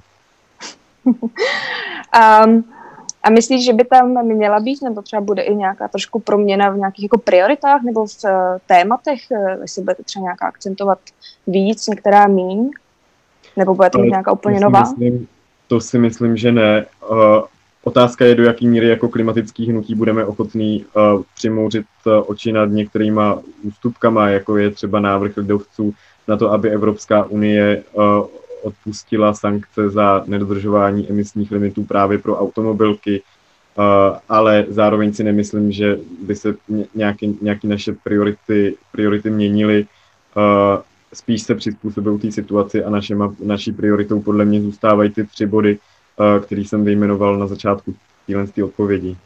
um, a myslíš, že by tam měla být, nebo třeba bude i nějaká trošku proměna v nějakých jako prioritách nebo v uh, tématech, uh, jestli budete třeba nějaká akcentovat víc, některá míň, nebo bude to mít nějaká úplně nová? Myslím, to si myslím, že ne. Uh, otázka je, do jaký míry jako klimatický hnutí budeme ochotní uh, přimouřit uh, oči nad některýma ústupkama, jako je třeba návrh lidovců na to, aby Evropská unie uh, odpustila sankce za nedodržování emisních limitů právě pro automobilky, uh, ale zároveň si nemyslím, že by se nějaký, nějaký naše priority, priority měnily. Uh, spíš se přizpůsobují té situaci a našima, naší prioritou podle mě zůstávají ty tři body, uh, který jsem vyjmenoval na začátku téhle odpovědi.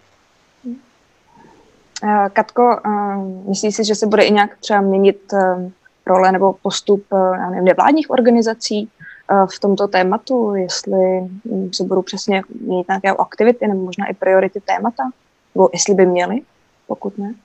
Uh, Katko, uh, myslíš si, že se bude i nějak třeba měnit uh, role nebo postup uh, já nevím, nevládních organizací v tomto tématu, jestli se budou přesně měnit nějaké aktivity nebo možná i priority témata, nebo jestli by měly, pokud ne?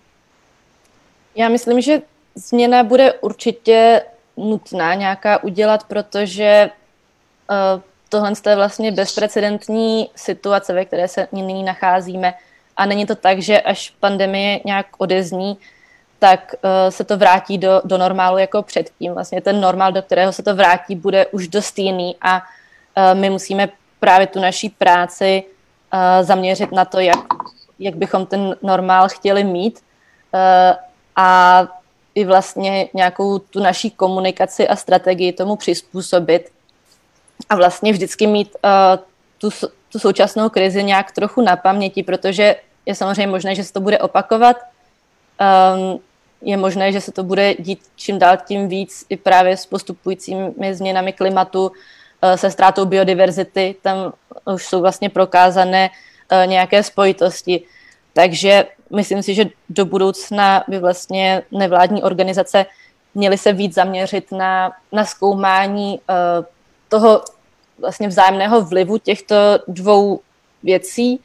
Já myslím, že změna bude určitě nutná nějaká udělat, protože uh, tohle je vlastně bezprecedentní situace, ve které se nyní nacházíme, a není to tak, že až pandemie nějak odezní, tak uh, se to vrátí do, do normálu jako předtím. Vlastně ten normál, do kterého se to vrátí, bude už dost jiný a uh, my musíme právě tu naší práci uh, zaměřit na to, jak, jak bychom ten normál chtěli mít uh, a i vlastně nějakou tu naší komunikaci a strategii tomu přizpůsobit a vlastně vždycky mít uh, tu, tu současnou krizi nějak trochu na paměti, protože je samozřejmě možné, že se to bude opakovat. Um, je možné, že se to bude dít čím dál tím víc i právě s postupujícími změnami klimatu, se ztrátou biodiverzity, tam už jsou vlastně prokázané nějaké spojitosti. Takže myslím si, že do budoucna by vlastně nevládní organizace měly se víc zaměřit na, na zkoumání toho vlastně vzájemného vlivu těchto dvou věcí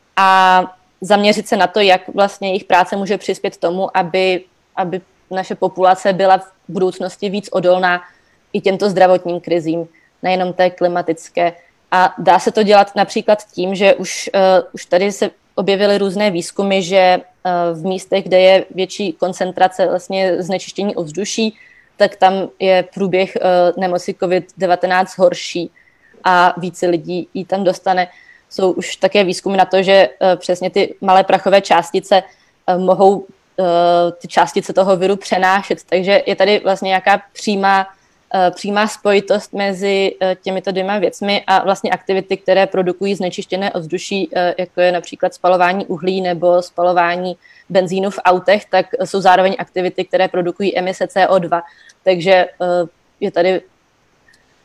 a zaměřit se na to, jak vlastně jejich práce může přispět tomu, aby, aby naše populace byla v budoucnosti víc odolná i těmto zdravotním krizím, nejenom té klimatické. A dá se to dělat například tím, že už, uh, už tady se objevily různé výzkumy, že uh, v místech, kde je větší koncentrace vlastně znečištění ovzduší, tak tam je průběh uh, nemoci covid devatenáct horší a více lidí ji tam dostane. Jsou už také výzkumy na to, že uh, přesně ty malé prachové částice uh, mohou uh, ty částice toho viru přenášet. Takže je tady vlastně nějaká přímá, uh, přímá spojitost mezi uh, těmito dvěma věcmi a vlastně aktivity, které produkují znečištěné ovzduší, uh, jako je například spalování uhlí nebo spalování benzínu v autech, tak jsou zároveň aktivity, které produkují emise C O dva. Takže uh, je tady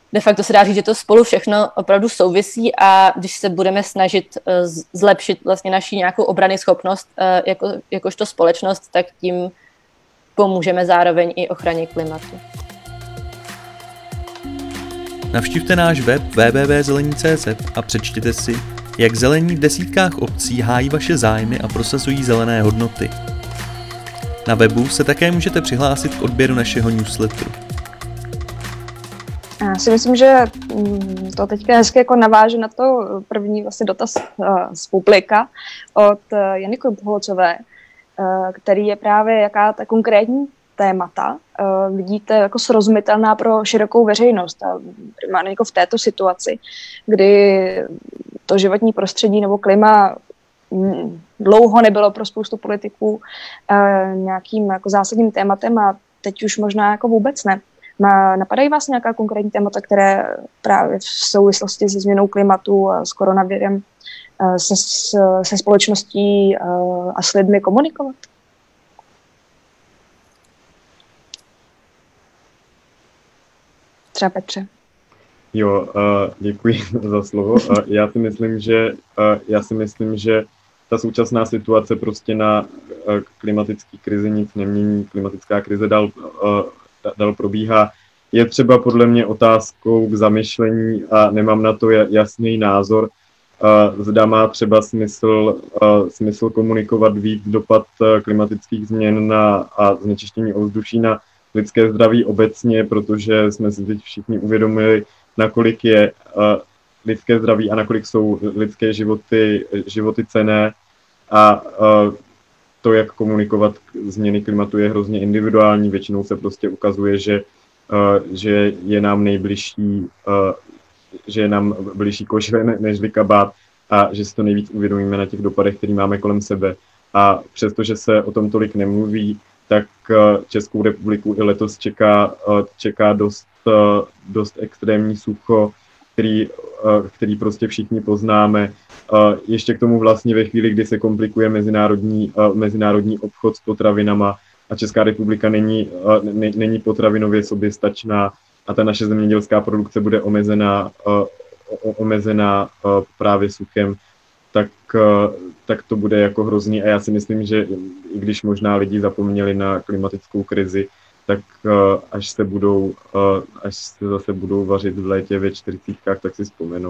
de facto se dá říct, že to spolu všechno opravdu souvisí a když se budeme snažit zlepšit vlastně naši nějakou obrany schopnost jako, jakožto společnost, tak tím pomůžeme zároveň i ochraně klimatu. Navštivte náš web w w w tečka zelení tečka c z a přečtěte si, jak zelení v desítkách obcí hájí vaše zájmy a prosazují zelené hodnoty. Na webu se také můžete přihlásit k odběru našeho newsletteru. Já si myslím, že to teďka hezky jako naváže na to první vlastně dotaz z publika od Jany Krupholcové, který je právě jaká ta konkrétní témata vidíte jako srozumitelná pro širokou veřejnost a primárně jako v této situaci, kdy to životní prostředí nebo klima dlouho nebylo pro spoustu politiků nějakým jako zásadním tématem a teď už možná jako vůbec ne. Napadají vás nějaká konkrétní témata, které právě v souvislosti se změnou klimatu a s koronavirem se, se společností a s lidmi komunikovat? Třeba Petře. Jo, uh, děkuji za slovo. Uh, já si myslím, že uh, já si myslím, že ta současná situace prostě na uh, klimatické krizi nic nemění. Klimatická krize dál, uh, dál probíhá. Je třeba podle mě otázkou k zamyšlení a nemám na to jasný názor. Uh, zda má třeba smysl, uh, smysl komunikovat víc dopad uh, klimatických změn na, a znečištění ovzduší na lidské zdraví obecně, protože jsme si teď všichni uvědomili, nakolik je uh, lidské zdraví a nakolik jsou lidské životy, životy cenné a uh, to, jak komunikovat změny klimatu, je hrozně individuální. Většinou se prostě ukazuje, že, uh, že je nám nejbližší, uh, že je nám bližší košile než kabát a že si to nejvíc uvědomíme na těch dopadech, které máme kolem sebe. A přestože se o tom tolik nemluví, tak Českou republiku i letos čeká, čeká dost, dost extrémní sucho, který, který prostě všichni poznáme. Ještě k tomu vlastně ve chvíli, kdy se komplikuje mezinárodní, mezinárodní obchod s potravinama a Česká republika není, není potravinově soběstačná a ta naše zemědělská produkce bude omezená, omezená právě suchem, tak, tak to bude jako hrozný a já si myslím, že i když možná lidi zapomněli na klimatickou krizi, tak až se budou, až se zase budou vařit v létě ve čtyřicítkách, tak si vzpomenou.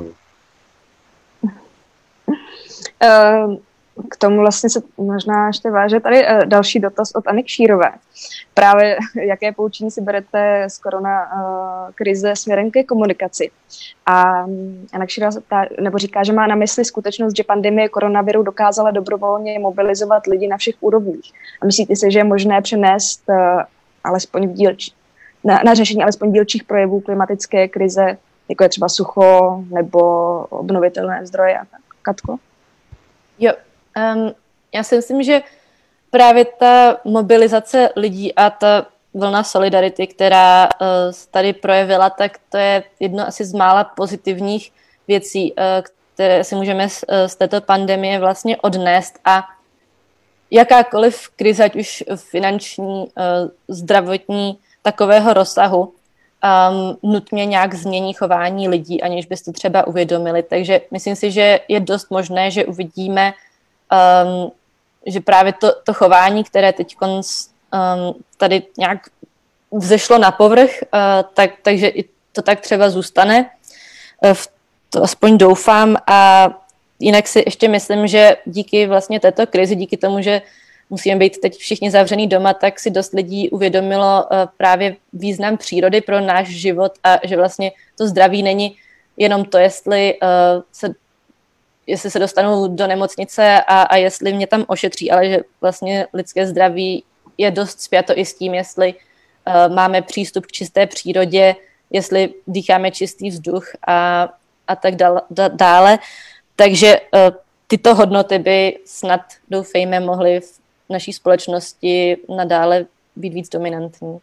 K tomu vlastně se možná ještě váže tady další dotaz od Anny Kšírové. Právě jaké poučení si berete z korona krize směrem ke komunikaci. A Anna Kšírová se ptá, nebo říká, že má na mysli skutečnost, že pandemie koronaviru dokázala dobrovolně mobilizovat lidi na všech úrovních. A myslíte si, že je možné přenést alespoň v dílči, na, na řešení alespoň dílčích projevů klimatické krize, jako je třeba sucho nebo obnovitelné zdroje a tak? Katko? Jo, um, já si myslím, že právě ta mobilizace lidí a ta vlna solidarity, která uh, tady projevila, tak to je jedno asi z mála pozitivních věcí, uh, které si můžeme z, uh, z této pandemie vlastně odnést a jakákoliv krize, ať už finanční, uh, zdravotní, takového rozsahu, um, nutně nějak změní chování lidí, aniž byste třeba uvědomili. Takže myslím si, že je dost možné, že uvidíme, um, že právě to, to chování, které teď um, tady nějak vzešlo na povrch, uh, tak, takže i to tak třeba zůstane. Uh, v to aspoň doufám a jinak si ještě myslím, že díky vlastně této krizi, díky tomu, že musíme být teď všichni zavřený doma, tak si dost lidí uvědomilo uh, právě význam přírody pro náš život a že vlastně to zdraví není jenom to, jestli, uh, se, jestli se dostanu do nemocnice a, a jestli mě tam ošetří, ale že vlastně lidské zdraví je dost spjato i s tím, jestli uh, máme přístup k čisté přírodě, jestli dýcháme čistý vzduch a, a tak dále. dále. Takže uh, tyto hodnoty by snad, doufejme, mohly v naší společnosti nadále být víc dominantní.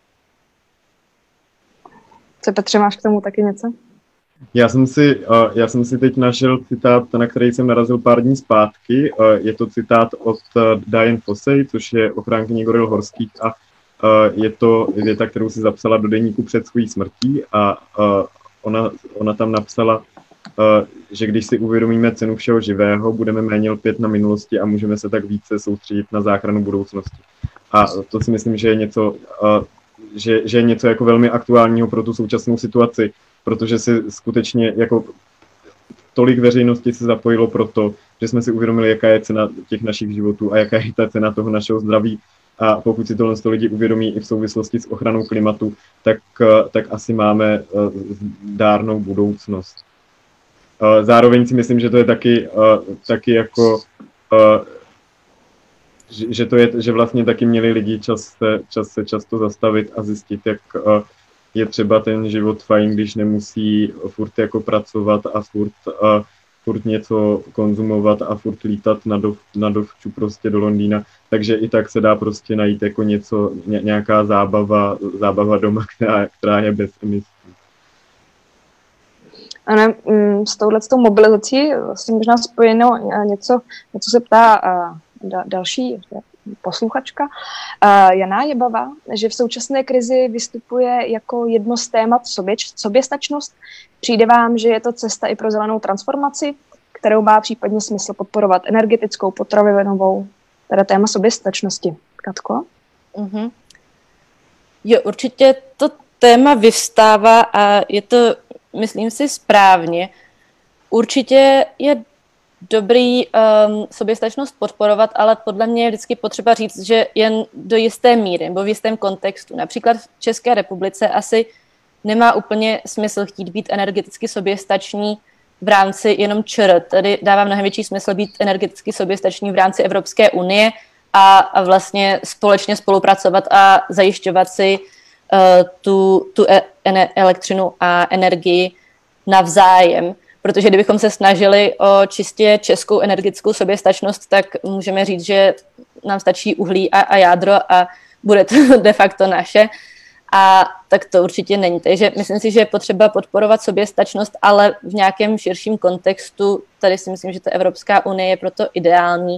Co, Petře, máš k tomu taky něco? Já jsem si, uh, já jsem si teď našel citát, na který jsem narazil pár dní zpátky. Uh, je to citát od uh, Diane Fossey, což je ochránkyně goril horských a uh, je to věta, kterou si zapsala do deníku před svojí smrtí a uh, ona, ona tam napsala, že když si uvědomíme cenu všeho živého, budeme méně lpět na minulosti a můžeme se tak více soustředit na záchranu budoucnosti. A to si myslím, že je něco, že, že je něco jako velmi aktuálního pro tu současnou situaci, protože si skutečně jako tolik veřejnosti se zapojilo pro to, že jsme si uvědomili, jaká je cena těch našich životů a jaká je ta cena toho našeho zdraví. A pokud si tohle lidi uvědomí i v souvislosti s ochranou klimatu, tak, tak asi máme dárnou budoucnost. Zároveň si myslím, že to je taky, taky jako, že to je, že vlastně taky měli lidi čas se, čas se často zastavit a zjistit, jak je třeba ten život fajn, když nemusí furt jako pracovat a furt, a furt něco konzumovat a furt lítat na, dov, na dovču prostě do Londýna. Takže i tak se dá prostě najít jako něco, ně, nějaká zábava, zábava doma, která, která je bez emisí. Ano, s touhletou mobilizací vlastně možná spojeno něco, něco se ptá další posluchačka. Jana Jebava, že v současné krizi vystupuje jako jedno z témat sobě, soběstačnost. Přijde vám, že je to cesta i pro zelenou transformaci, kterou má případně smysl podporovat energetickou, potravinovou, teda téma soběstačnosti. Katko? Mm-hmm. Jo, určitě to téma vyvstává a je to, myslím si, správně. Určitě je dobrý um, soběstačnost podporovat, ale podle mě je vždycky potřeba říct, že jen do jisté míry nebo v jistém kontextu. Například v České republice asi nemá úplně smysl chtít být energeticky soběstační v rámci jenom ČR. Tady dává mnohem větší smysl být energeticky soběstační v rámci Evropské unie a, a vlastně společně spolupracovat a zajišťovat si uh, tu, tu e- elektřinu a energii navzájem. Protože kdybychom se snažili o čistě českou energetickou soběstačnost, tak můžeme říct, že nám stačí uhlí a, a jádro a bude to de facto naše. A tak to určitě není. Takže myslím si, že je potřeba podporovat soběstačnost, ale v nějakém širším kontextu. Tady si myslím, že ta Evropská unie je proto ideální.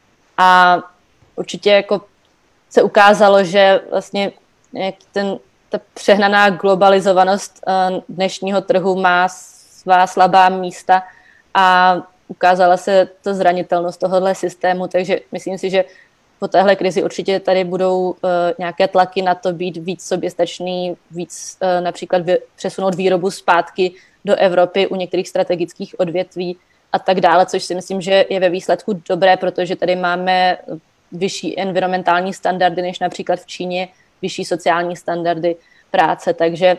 A určitě jako se ukázalo, že vlastně ten, ta přehnaná globalizovanost dnešního trhu má svá slabá místa a ukázala se to zranitelnost tohohle systému, takže myslím si, že po téhle krizi určitě tady budou uh, nějaké tlaky na to být víc soběstačný, víc uh, například vy, přesunout výrobu zpátky do Evropy u některých strategických odvětví a tak dále, což si myslím, že je ve výsledku dobré, protože tady máme vyšší environmentální standardy než například v Číně, vyšší sociální standardy práce, takže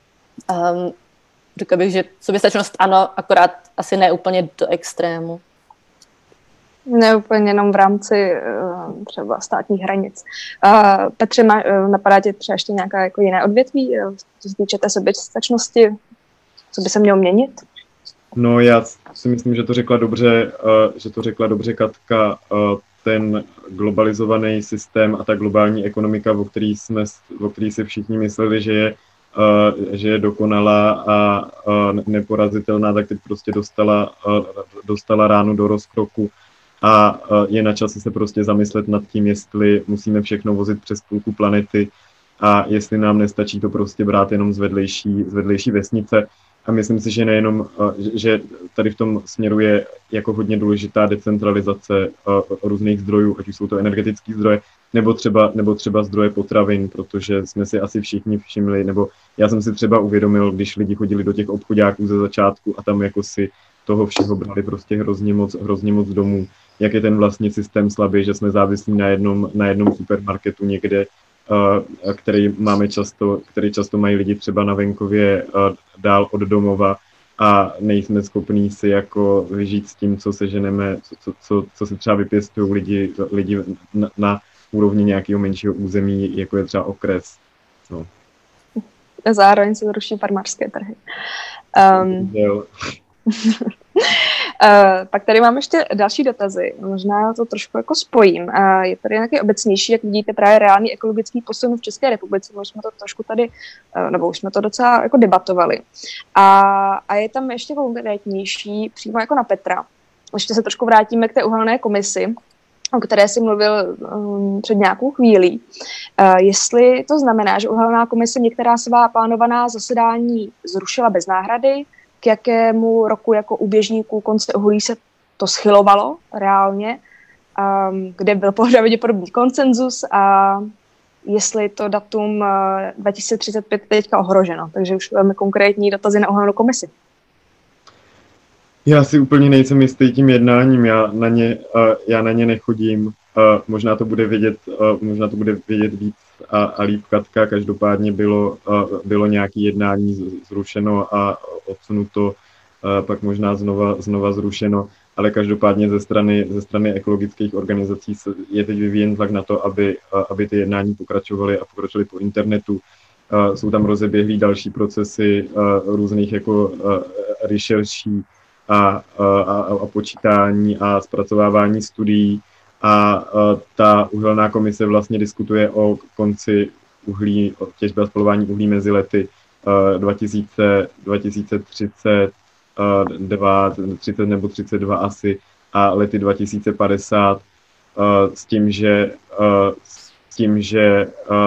um, řekla bych, že soběstačnost ano, akorát asi ne úplně do extrému. Ne úplně jenom v rámci uh, třeba státních hranic. Uh, Petře, má, uh, napadá tě třeba ještě nějaká jako jiné odvětví, uh, co se týče té soběstačnosti, co by se mělo měnit? No já si myslím, že to řekla dobře, uh, že to řekla dobře Katka, uh, ten globalizovaný systém a ta globální ekonomika, o který, jsme, o který si všichni mysleli, že je Uh, že je dokonalá a uh, neporazitelná, tak teď prostě dostala, uh, dostala ránu do rozkroku a uh, je na čase se prostě zamyslet nad tím, jestli musíme všechno vozit přes půlku planety a jestli nám nestačí to prostě brát jenom z vedlejší, z vedlejší vesnice. A myslím si, že nejenom, uh, že tady v tom směru je jako hodně důležitá decentralizace uh, různých zdrojů, ať už jsou to energetické zdroje, nebo třeba, nebo třeba zdroje potravin, protože jsme si asi všichni všimli, nebo já jsem si třeba uvědomil, když lidi chodili do těch obchodáků ze začátku a tam jako si toho všeho brali prostě hrozně moc, hrozně moc domů, jak je ten vlastně systém slabý, že jsme závislí na jednom, na jednom supermarketu někde, uh, který máme často, který často mají lidi třeba na venkově uh, dál od domova a nejsme schopní si jako vyžít s tím, co seženeme, co, co, co, co si třeba vypěstují lidi, lidi na, na úrovni nějakého menšího území, jako je třeba okres. No. Zároveň se zruší farmářské trhy. Um, uh, pak tady mám ještě další dotazy. Možná to trošku jako spojím. Uh, je tady nějaký obecnější, jak vidíte, právě reálný ekologický posun v České republice. Už jsme to trošku tady, uh, nebo už jsme to docela jako debatovali. A, a je tam ještě konkrétnější, přímo jako na Petra. Ještě se trošku vrátíme k té uhelné komisi. o které jsi mluvil um, před nějakou chvílí. Uh, jestli to znamená, že uhelná komise některá svá plánovaná zasedání zrušila bez náhrady, k jakému roku jako u běžníků konce uhlí se to schylovalo reálně, um, kde byl pravděpodobný konsenzus a jestli to datum uh, dva tisíce třicet pět teďka ohroženo. Takže už velmi konkrétní dotazy na uhelnou komisi. Já si úplně nejsem jistý tím jednáním, já na ně, uh, já na ně nechodím, uh, možná to bude vědět, uh, možná to bude vědět víc a, a líp Katka, každopádně bylo, uh, bylo nějaké jednání zrušeno a odsunuto, uh, pak možná znova, znova zrušeno, ale každopádně ze strany, ze strany ekologických organizací je teď vyvíjen tlak na to, aby, uh, aby ty jednání pokračovaly a pokračovaly po internetu. Uh, jsou tam rozeběhlý další procesy uh, různých jako uh, rešerší, A, a, a počítání a zpracovávání studií a, a ta uhelná komise vlastně diskutuje o konci uhlí, o těžbě a spalování uhlí mezi lety dva tisíce, dva tisíce třicet dva, třicet nebo třicet dva asi a lety dva tisíce padesát s tím, že, s tím, že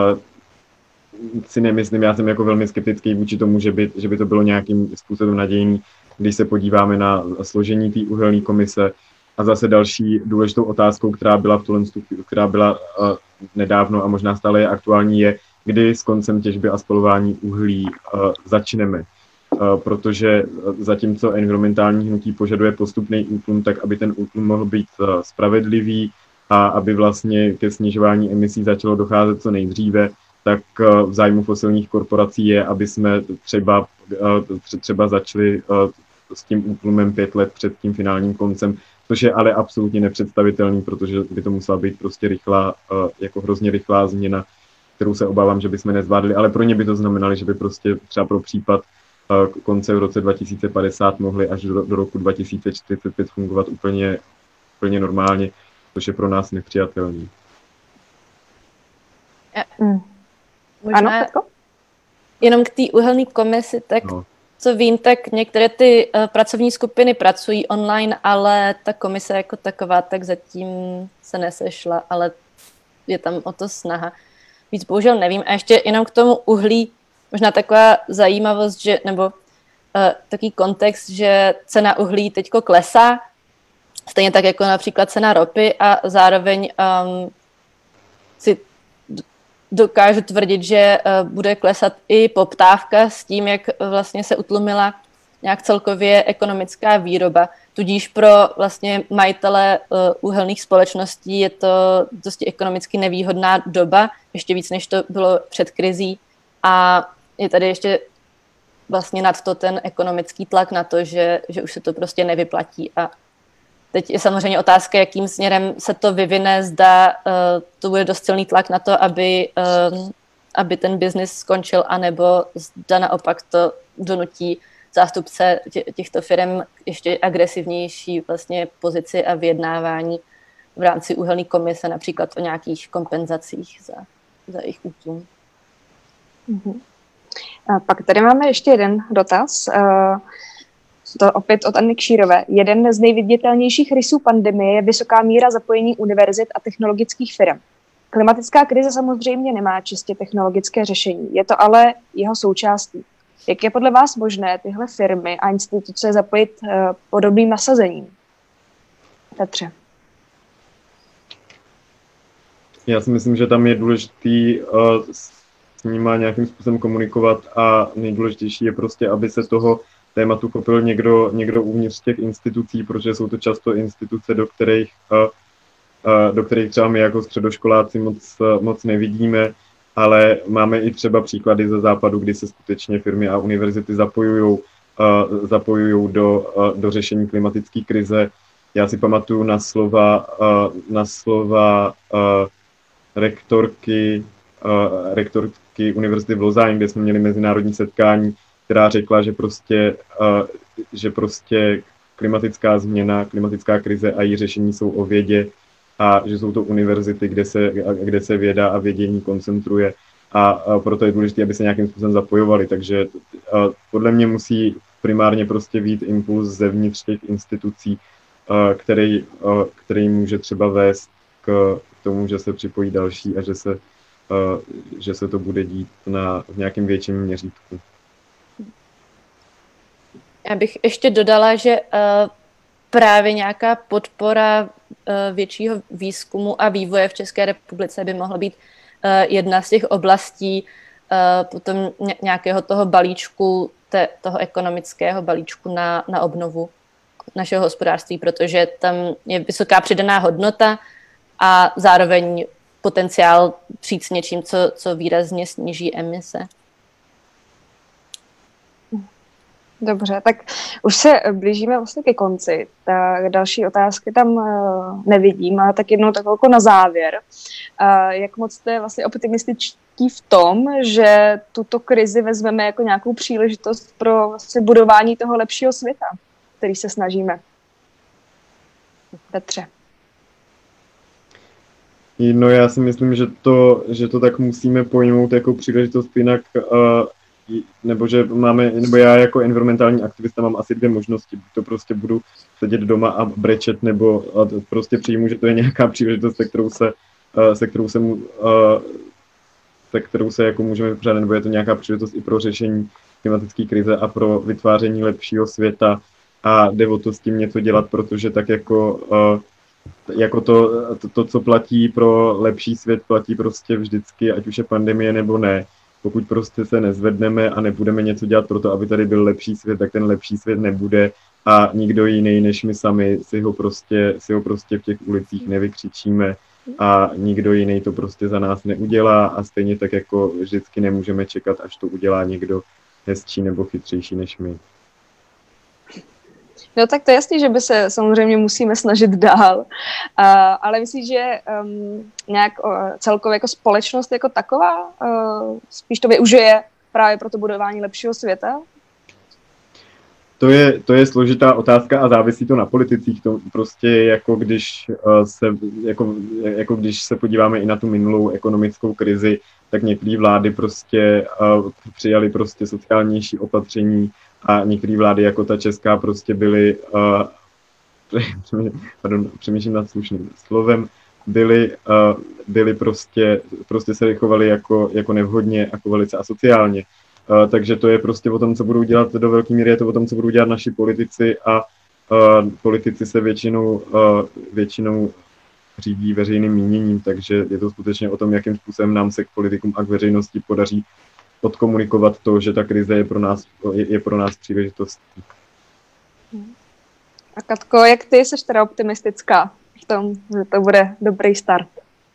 si nemyslím, já jsem jako velmi skeptický vůči tomu, že by, že by to bylo nějakým způsobem nadějný, když se podíváme na složení té uhelné komise. A zase další důležitou otázkou, která byla v tuhle, která byla uh, nedávno a možná stále je aktuální, je, kdy s koncem těžby a spalování uhlí uh, začneme. Uh, protože zatímco environmentální hnutí požaduje postupný útlum, tak aby ten útlum mohl být uh, spravedlivý a aby vlastně ke snižování emisí začalo docházet co nejdříve, tak uh, v zájmu fosilních korporací je, aby jsme třeba, uh, třeba začali uh, s tím útlumem pět let před tím finálním koncem, což je ale absolutně nepředstavitelný, protože by to musela být prostě rychlá, jako hrozně rychlá změna, kterou se obávám, že bychom nezvládli, ale pro ně by to znamenalo, že by prostě třeba pro případ konce v roce dva tisíce padesát mohli až do, do roku dva tisíce čtyřicet pět fungovat úplně, úplně normálně, což je pro nás nepřijatelný. Mm. Možná ano, jenom k té uhelné komisi, tak no. Co vím, tak některé ty uh, pracovní skupiny pracují online, ale ta komise jako taková tak zatím se nesešla, ale je tam o to snaha. Víc bohužel nevím. A ještě jenom k tomu uhlí, možná taková zajímavost, že, nebo uh, takový kontext, že cena uhlí teďko klesá, stejně tak jako například cena ropy a zároveň um, si dokážu tvrdit, že uh, bude klesat i poptávka s tím, jak vlastně se utlumila nějak celkově ekonomická výroba. Tudíž pro vlastně majitele uh, uhelných společností je to dosti ekonomicky nevýhodná doba, ještě víc, než to bylo před krizí. A je tady ještě vlastně nad to ten ekonomický tlak na to, že, že už se to prostě nevyplatí. A teď je samozřejmě otázka, jakým směrem se to vyvine, zda uh, to bude dost silný tlak na to, aby, uh, aby ten biznis skončil, anebo zda naopak to donutí zástupce tě, těchto firm ještě agresivnější vlastně pozici a vyjednávání v rámci uhelné komise, například o nějakých kompenzacích za, za jejich útlum. Mm-hmm. A pak tady máme ještě jeden dotaz. Uh, To opět od Anny Kšírové. Jeden z nejviditelnějších rysů pandemie je vysoká míra zapojení univerzit a technologických firm. Klimatická krize samozřejmě nemá čistě technologické řešení, je to ale jeho součástí. Jak je podle vás možné tyhle firmy a instituce zapojit uh, podobným nasazením? Petře. Já si myslím, že tam je důležitý uh, s nima nějakým způsobem komunikovat a nejdůležitější je prostě, aby se toho tématu chopil někdo, někdo uvnitř těch institucí, protože jsou to často instituce, do kterých, do kterých třeba my jako středoškoláci moc, moc nevidíme, ale máme i třeba příklady ze západu, kdy se skutečně firmy a univerzity zapojují zapojují do, do řešení klimatické krize. Já si pamatuju na slova, na slova rektorky, rektorky univerzity v Lausanne, kde jsme měli mezinárodní setkání, která řekla, že prostě, uh, že prostě klimatická změna, klimatická krize a její řešení jsou o vědě a že jsou to univerzity, kde se, kde se věda a vědění koncentruje a, a proto je důležité, aby se nějakým způsobem zapojovali. Takže uh, podle mě musí primárně prostě být impuls zevnitř těch institucí, uh, který, uh, který může třeba vést k tomu, že se připojí další a že se, že se to bude dít na, v nějakém větším měřítku. Já bych ještě dodala, že právě nějaká podpora většího výzkumu a vývoje v České republice by mohla být jedna z těch oblastí potom nějakého toho balíčku, toho ekonomického balíčku na, na obnovu našeho hospodářství, protože tam je vysoká přidaná hodnota a zároveň potenciál přijít s něčím, co, co výrazně sníží emise. Dobře, tak už se blížíme vlastně ke konci. Tak další otázky tam nevidím, ale tak jednou tak jako na závěr. Jak moc jste vlastně optimističtí v tom, že tuto krizi vezmeme jako nějakou příležitost pro vlastně budování toho lepšího světa, který se snažíme? Petře. No já si myslím, že to, že to tak musíme pojmout jako příležitost, jinak uh, nebo že máme, nebo já jako environmentální aktivista mám asi dvě možnosti. To prostě budu sedět doma a brečet, nebo a prostě přijmu, že to je nějaká příležitost, se kterou se, uh, se kterou se, uh, se kterou se jako můžeme vypořádat, nebo je to nějaká příležitost i pro řešení klimatické krize a pro vytváření lepšího světa a jde o to s tím něco dělat, protože tak jako uh, jako to, to, to, co platí pro lepší svět, platí prostě vždycky, ať už je pandemie nebo ne. Pokud prostě se nezvedneme a nebudeme něco dělat pro to, aby tady byl lepší svět, tak ten lepší svět nebude a nikdo jiný než my sami si ho prostě, si ho prostě v těch ulicích nevykřičíme a nikdo jiný to prostě za nás neudělá a stejně tak jako vždycky nemůžeme čekat, až to udělá někdo hezčí nebo chytřejší než my. No tak to je jasný, že by se samozřejmě musíme snažit dál, uh, ale myslím, že um, nějak uh, celkově jako společnost jako taková uh, spíš to využije právě pro to budování lepšího světa? To je, to je složitá otázka a závisí to na politicích. To prostě jako když, uh, se, jako, jako když se podíváme i na tu minulou ekonomickou krizi, tak některé vlády prostě uh, přijaly prostě sociálnější opatření, a některé vlády, jako ta česká, prostě byly, uh, pardon, přemýšlím nad slušným slovem, byly, uh, byly prostě, prostě se chovali jako, jako nevhodně, jako velice asociálně. Uh, takže to je prostě o tom, co budou dělat do velké míry, je to o tom, co budou dělat naši politici a uh, politici se většinou, uh, většinou řídí veřejným míněním, takže je to skutečně o tom, jakým způsobem nám se k politikům a k veřejnosti podaří odkomunikovat to, že ta krize je pro nás, je, je pro nás příležitost. A Katko, jak ty jsi teda optimistická v tom, že to bude dobrý start?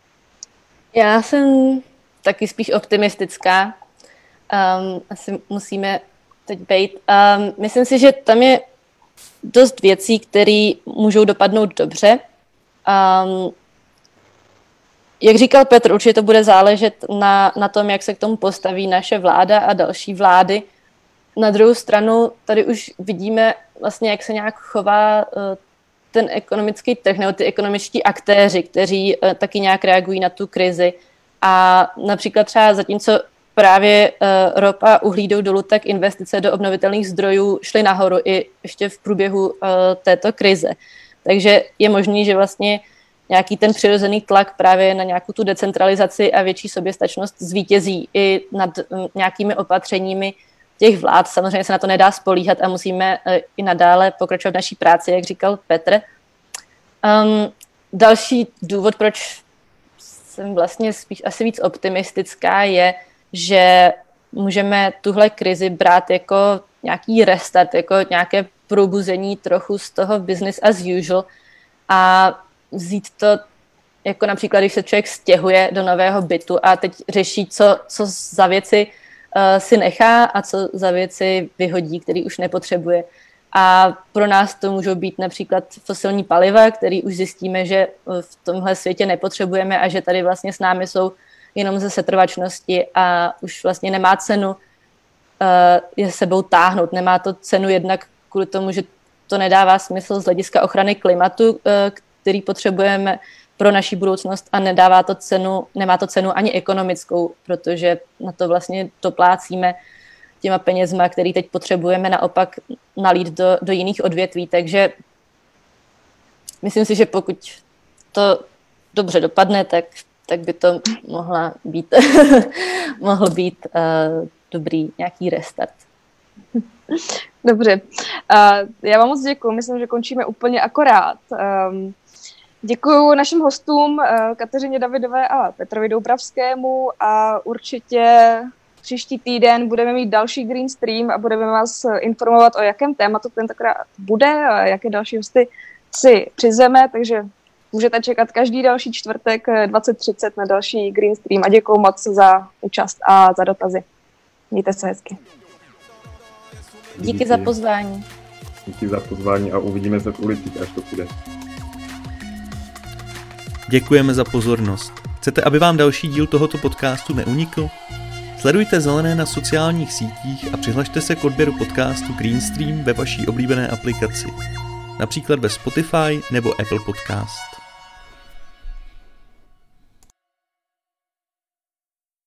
Já jsem taky spíš optimistická. Um, asi musíme teď být. Um, myslím si, že tam je dost věcí, které můžou dopadnout dobře. Um, Jak říkal Petr, určitě to bude záležet na, na tom, jak se k tomu postaví naše vláda a další vlády. Na druhou stranu tady už vidíme vlastně, jak se nějak chová uh, ten ekonomický trh nebo ty ekonomičtí aktéři, kteří uh, taky nějak reagují na tu krizi. A například třeba zatímco právě uh, ropa a uhlí jdou dolů, tak investice do obnovitelných zdrojů šly nahoru i ještě v průběhu uh, této krize. Takže je možný, že vlastně nějaký ten přirozený tlak právě na nějakou tu decentralizaci a větší soběstačnost zvítězí i nad nějakými opatřeními těch vlád. Samozřejmě se na to nedá spolíhat a musíme i nadále pokračovat v naší práci, jak říkal Petr. Um, další důvod, proč jsem vlastně spíš asi víc optimistická, je, že můžeme tuhle krizi brát jako nějaký restart, jako nějaké probuzení trochu z toho business as usual a vzít to jako například, když se člověk stěhuje do nového bytu a teď řeší, co, co za věci uh, si nechá a co za věci vyhodí, který už nepotřebuje. A pro nás to můžou být například fosilní paliva, který už zjistíme, že v tomhle světě nepotřebujeme a že tady vlastně s námi jsou jenom ze setrvačnosti a už vlastně nemá cenu uh, je sebou táhnout. Nemá to cenu jednak kvůli tomu, že to nedává smysl z hlediska ochrany klimatu, uh, který potřebujeme pro naši budoucnost a nedává to cenu, nemá to cenu ani ekonomickou, protože na to vlastně doplácíme těma penězma, který teď potřebujeme naopak nalít do, do jiných odvětví. Takže myslím si, že pokud to dobře dopadne, tak, tak by to mohla být, mohl být uh, dobrý nějaký restart. Dobře, uh, já vám moc děkuji, myslím, že končíme úplně akorát. Um, děkuji našim hostům uh, Kateřině Davidové a Petrovi Doubravskému a určitě příští týden budeme mít další Green Stream a budeme vás informovat, o jakém tématu tentokrát bude a jaké další hosty si přizveme, takže můžete čekat každý další čtvrtek dvacet třicet na další Green Stream a děkuji moc za účast a za dotazy. Mějte se hezky. Díky, Díky za pozvání. Díky za pozvání a uvidíme se v ulicích, až to půjde. Děkujeme za pozornost. Chcete, aby vám další díl tohoto podcastu neunikl? Sledujte Zelené na sociálních sítích a přihlašte se k odběru podcastu Green Stream ve vaší oblíbené aplikaci, například ve Spotify nebo Apple Podcast.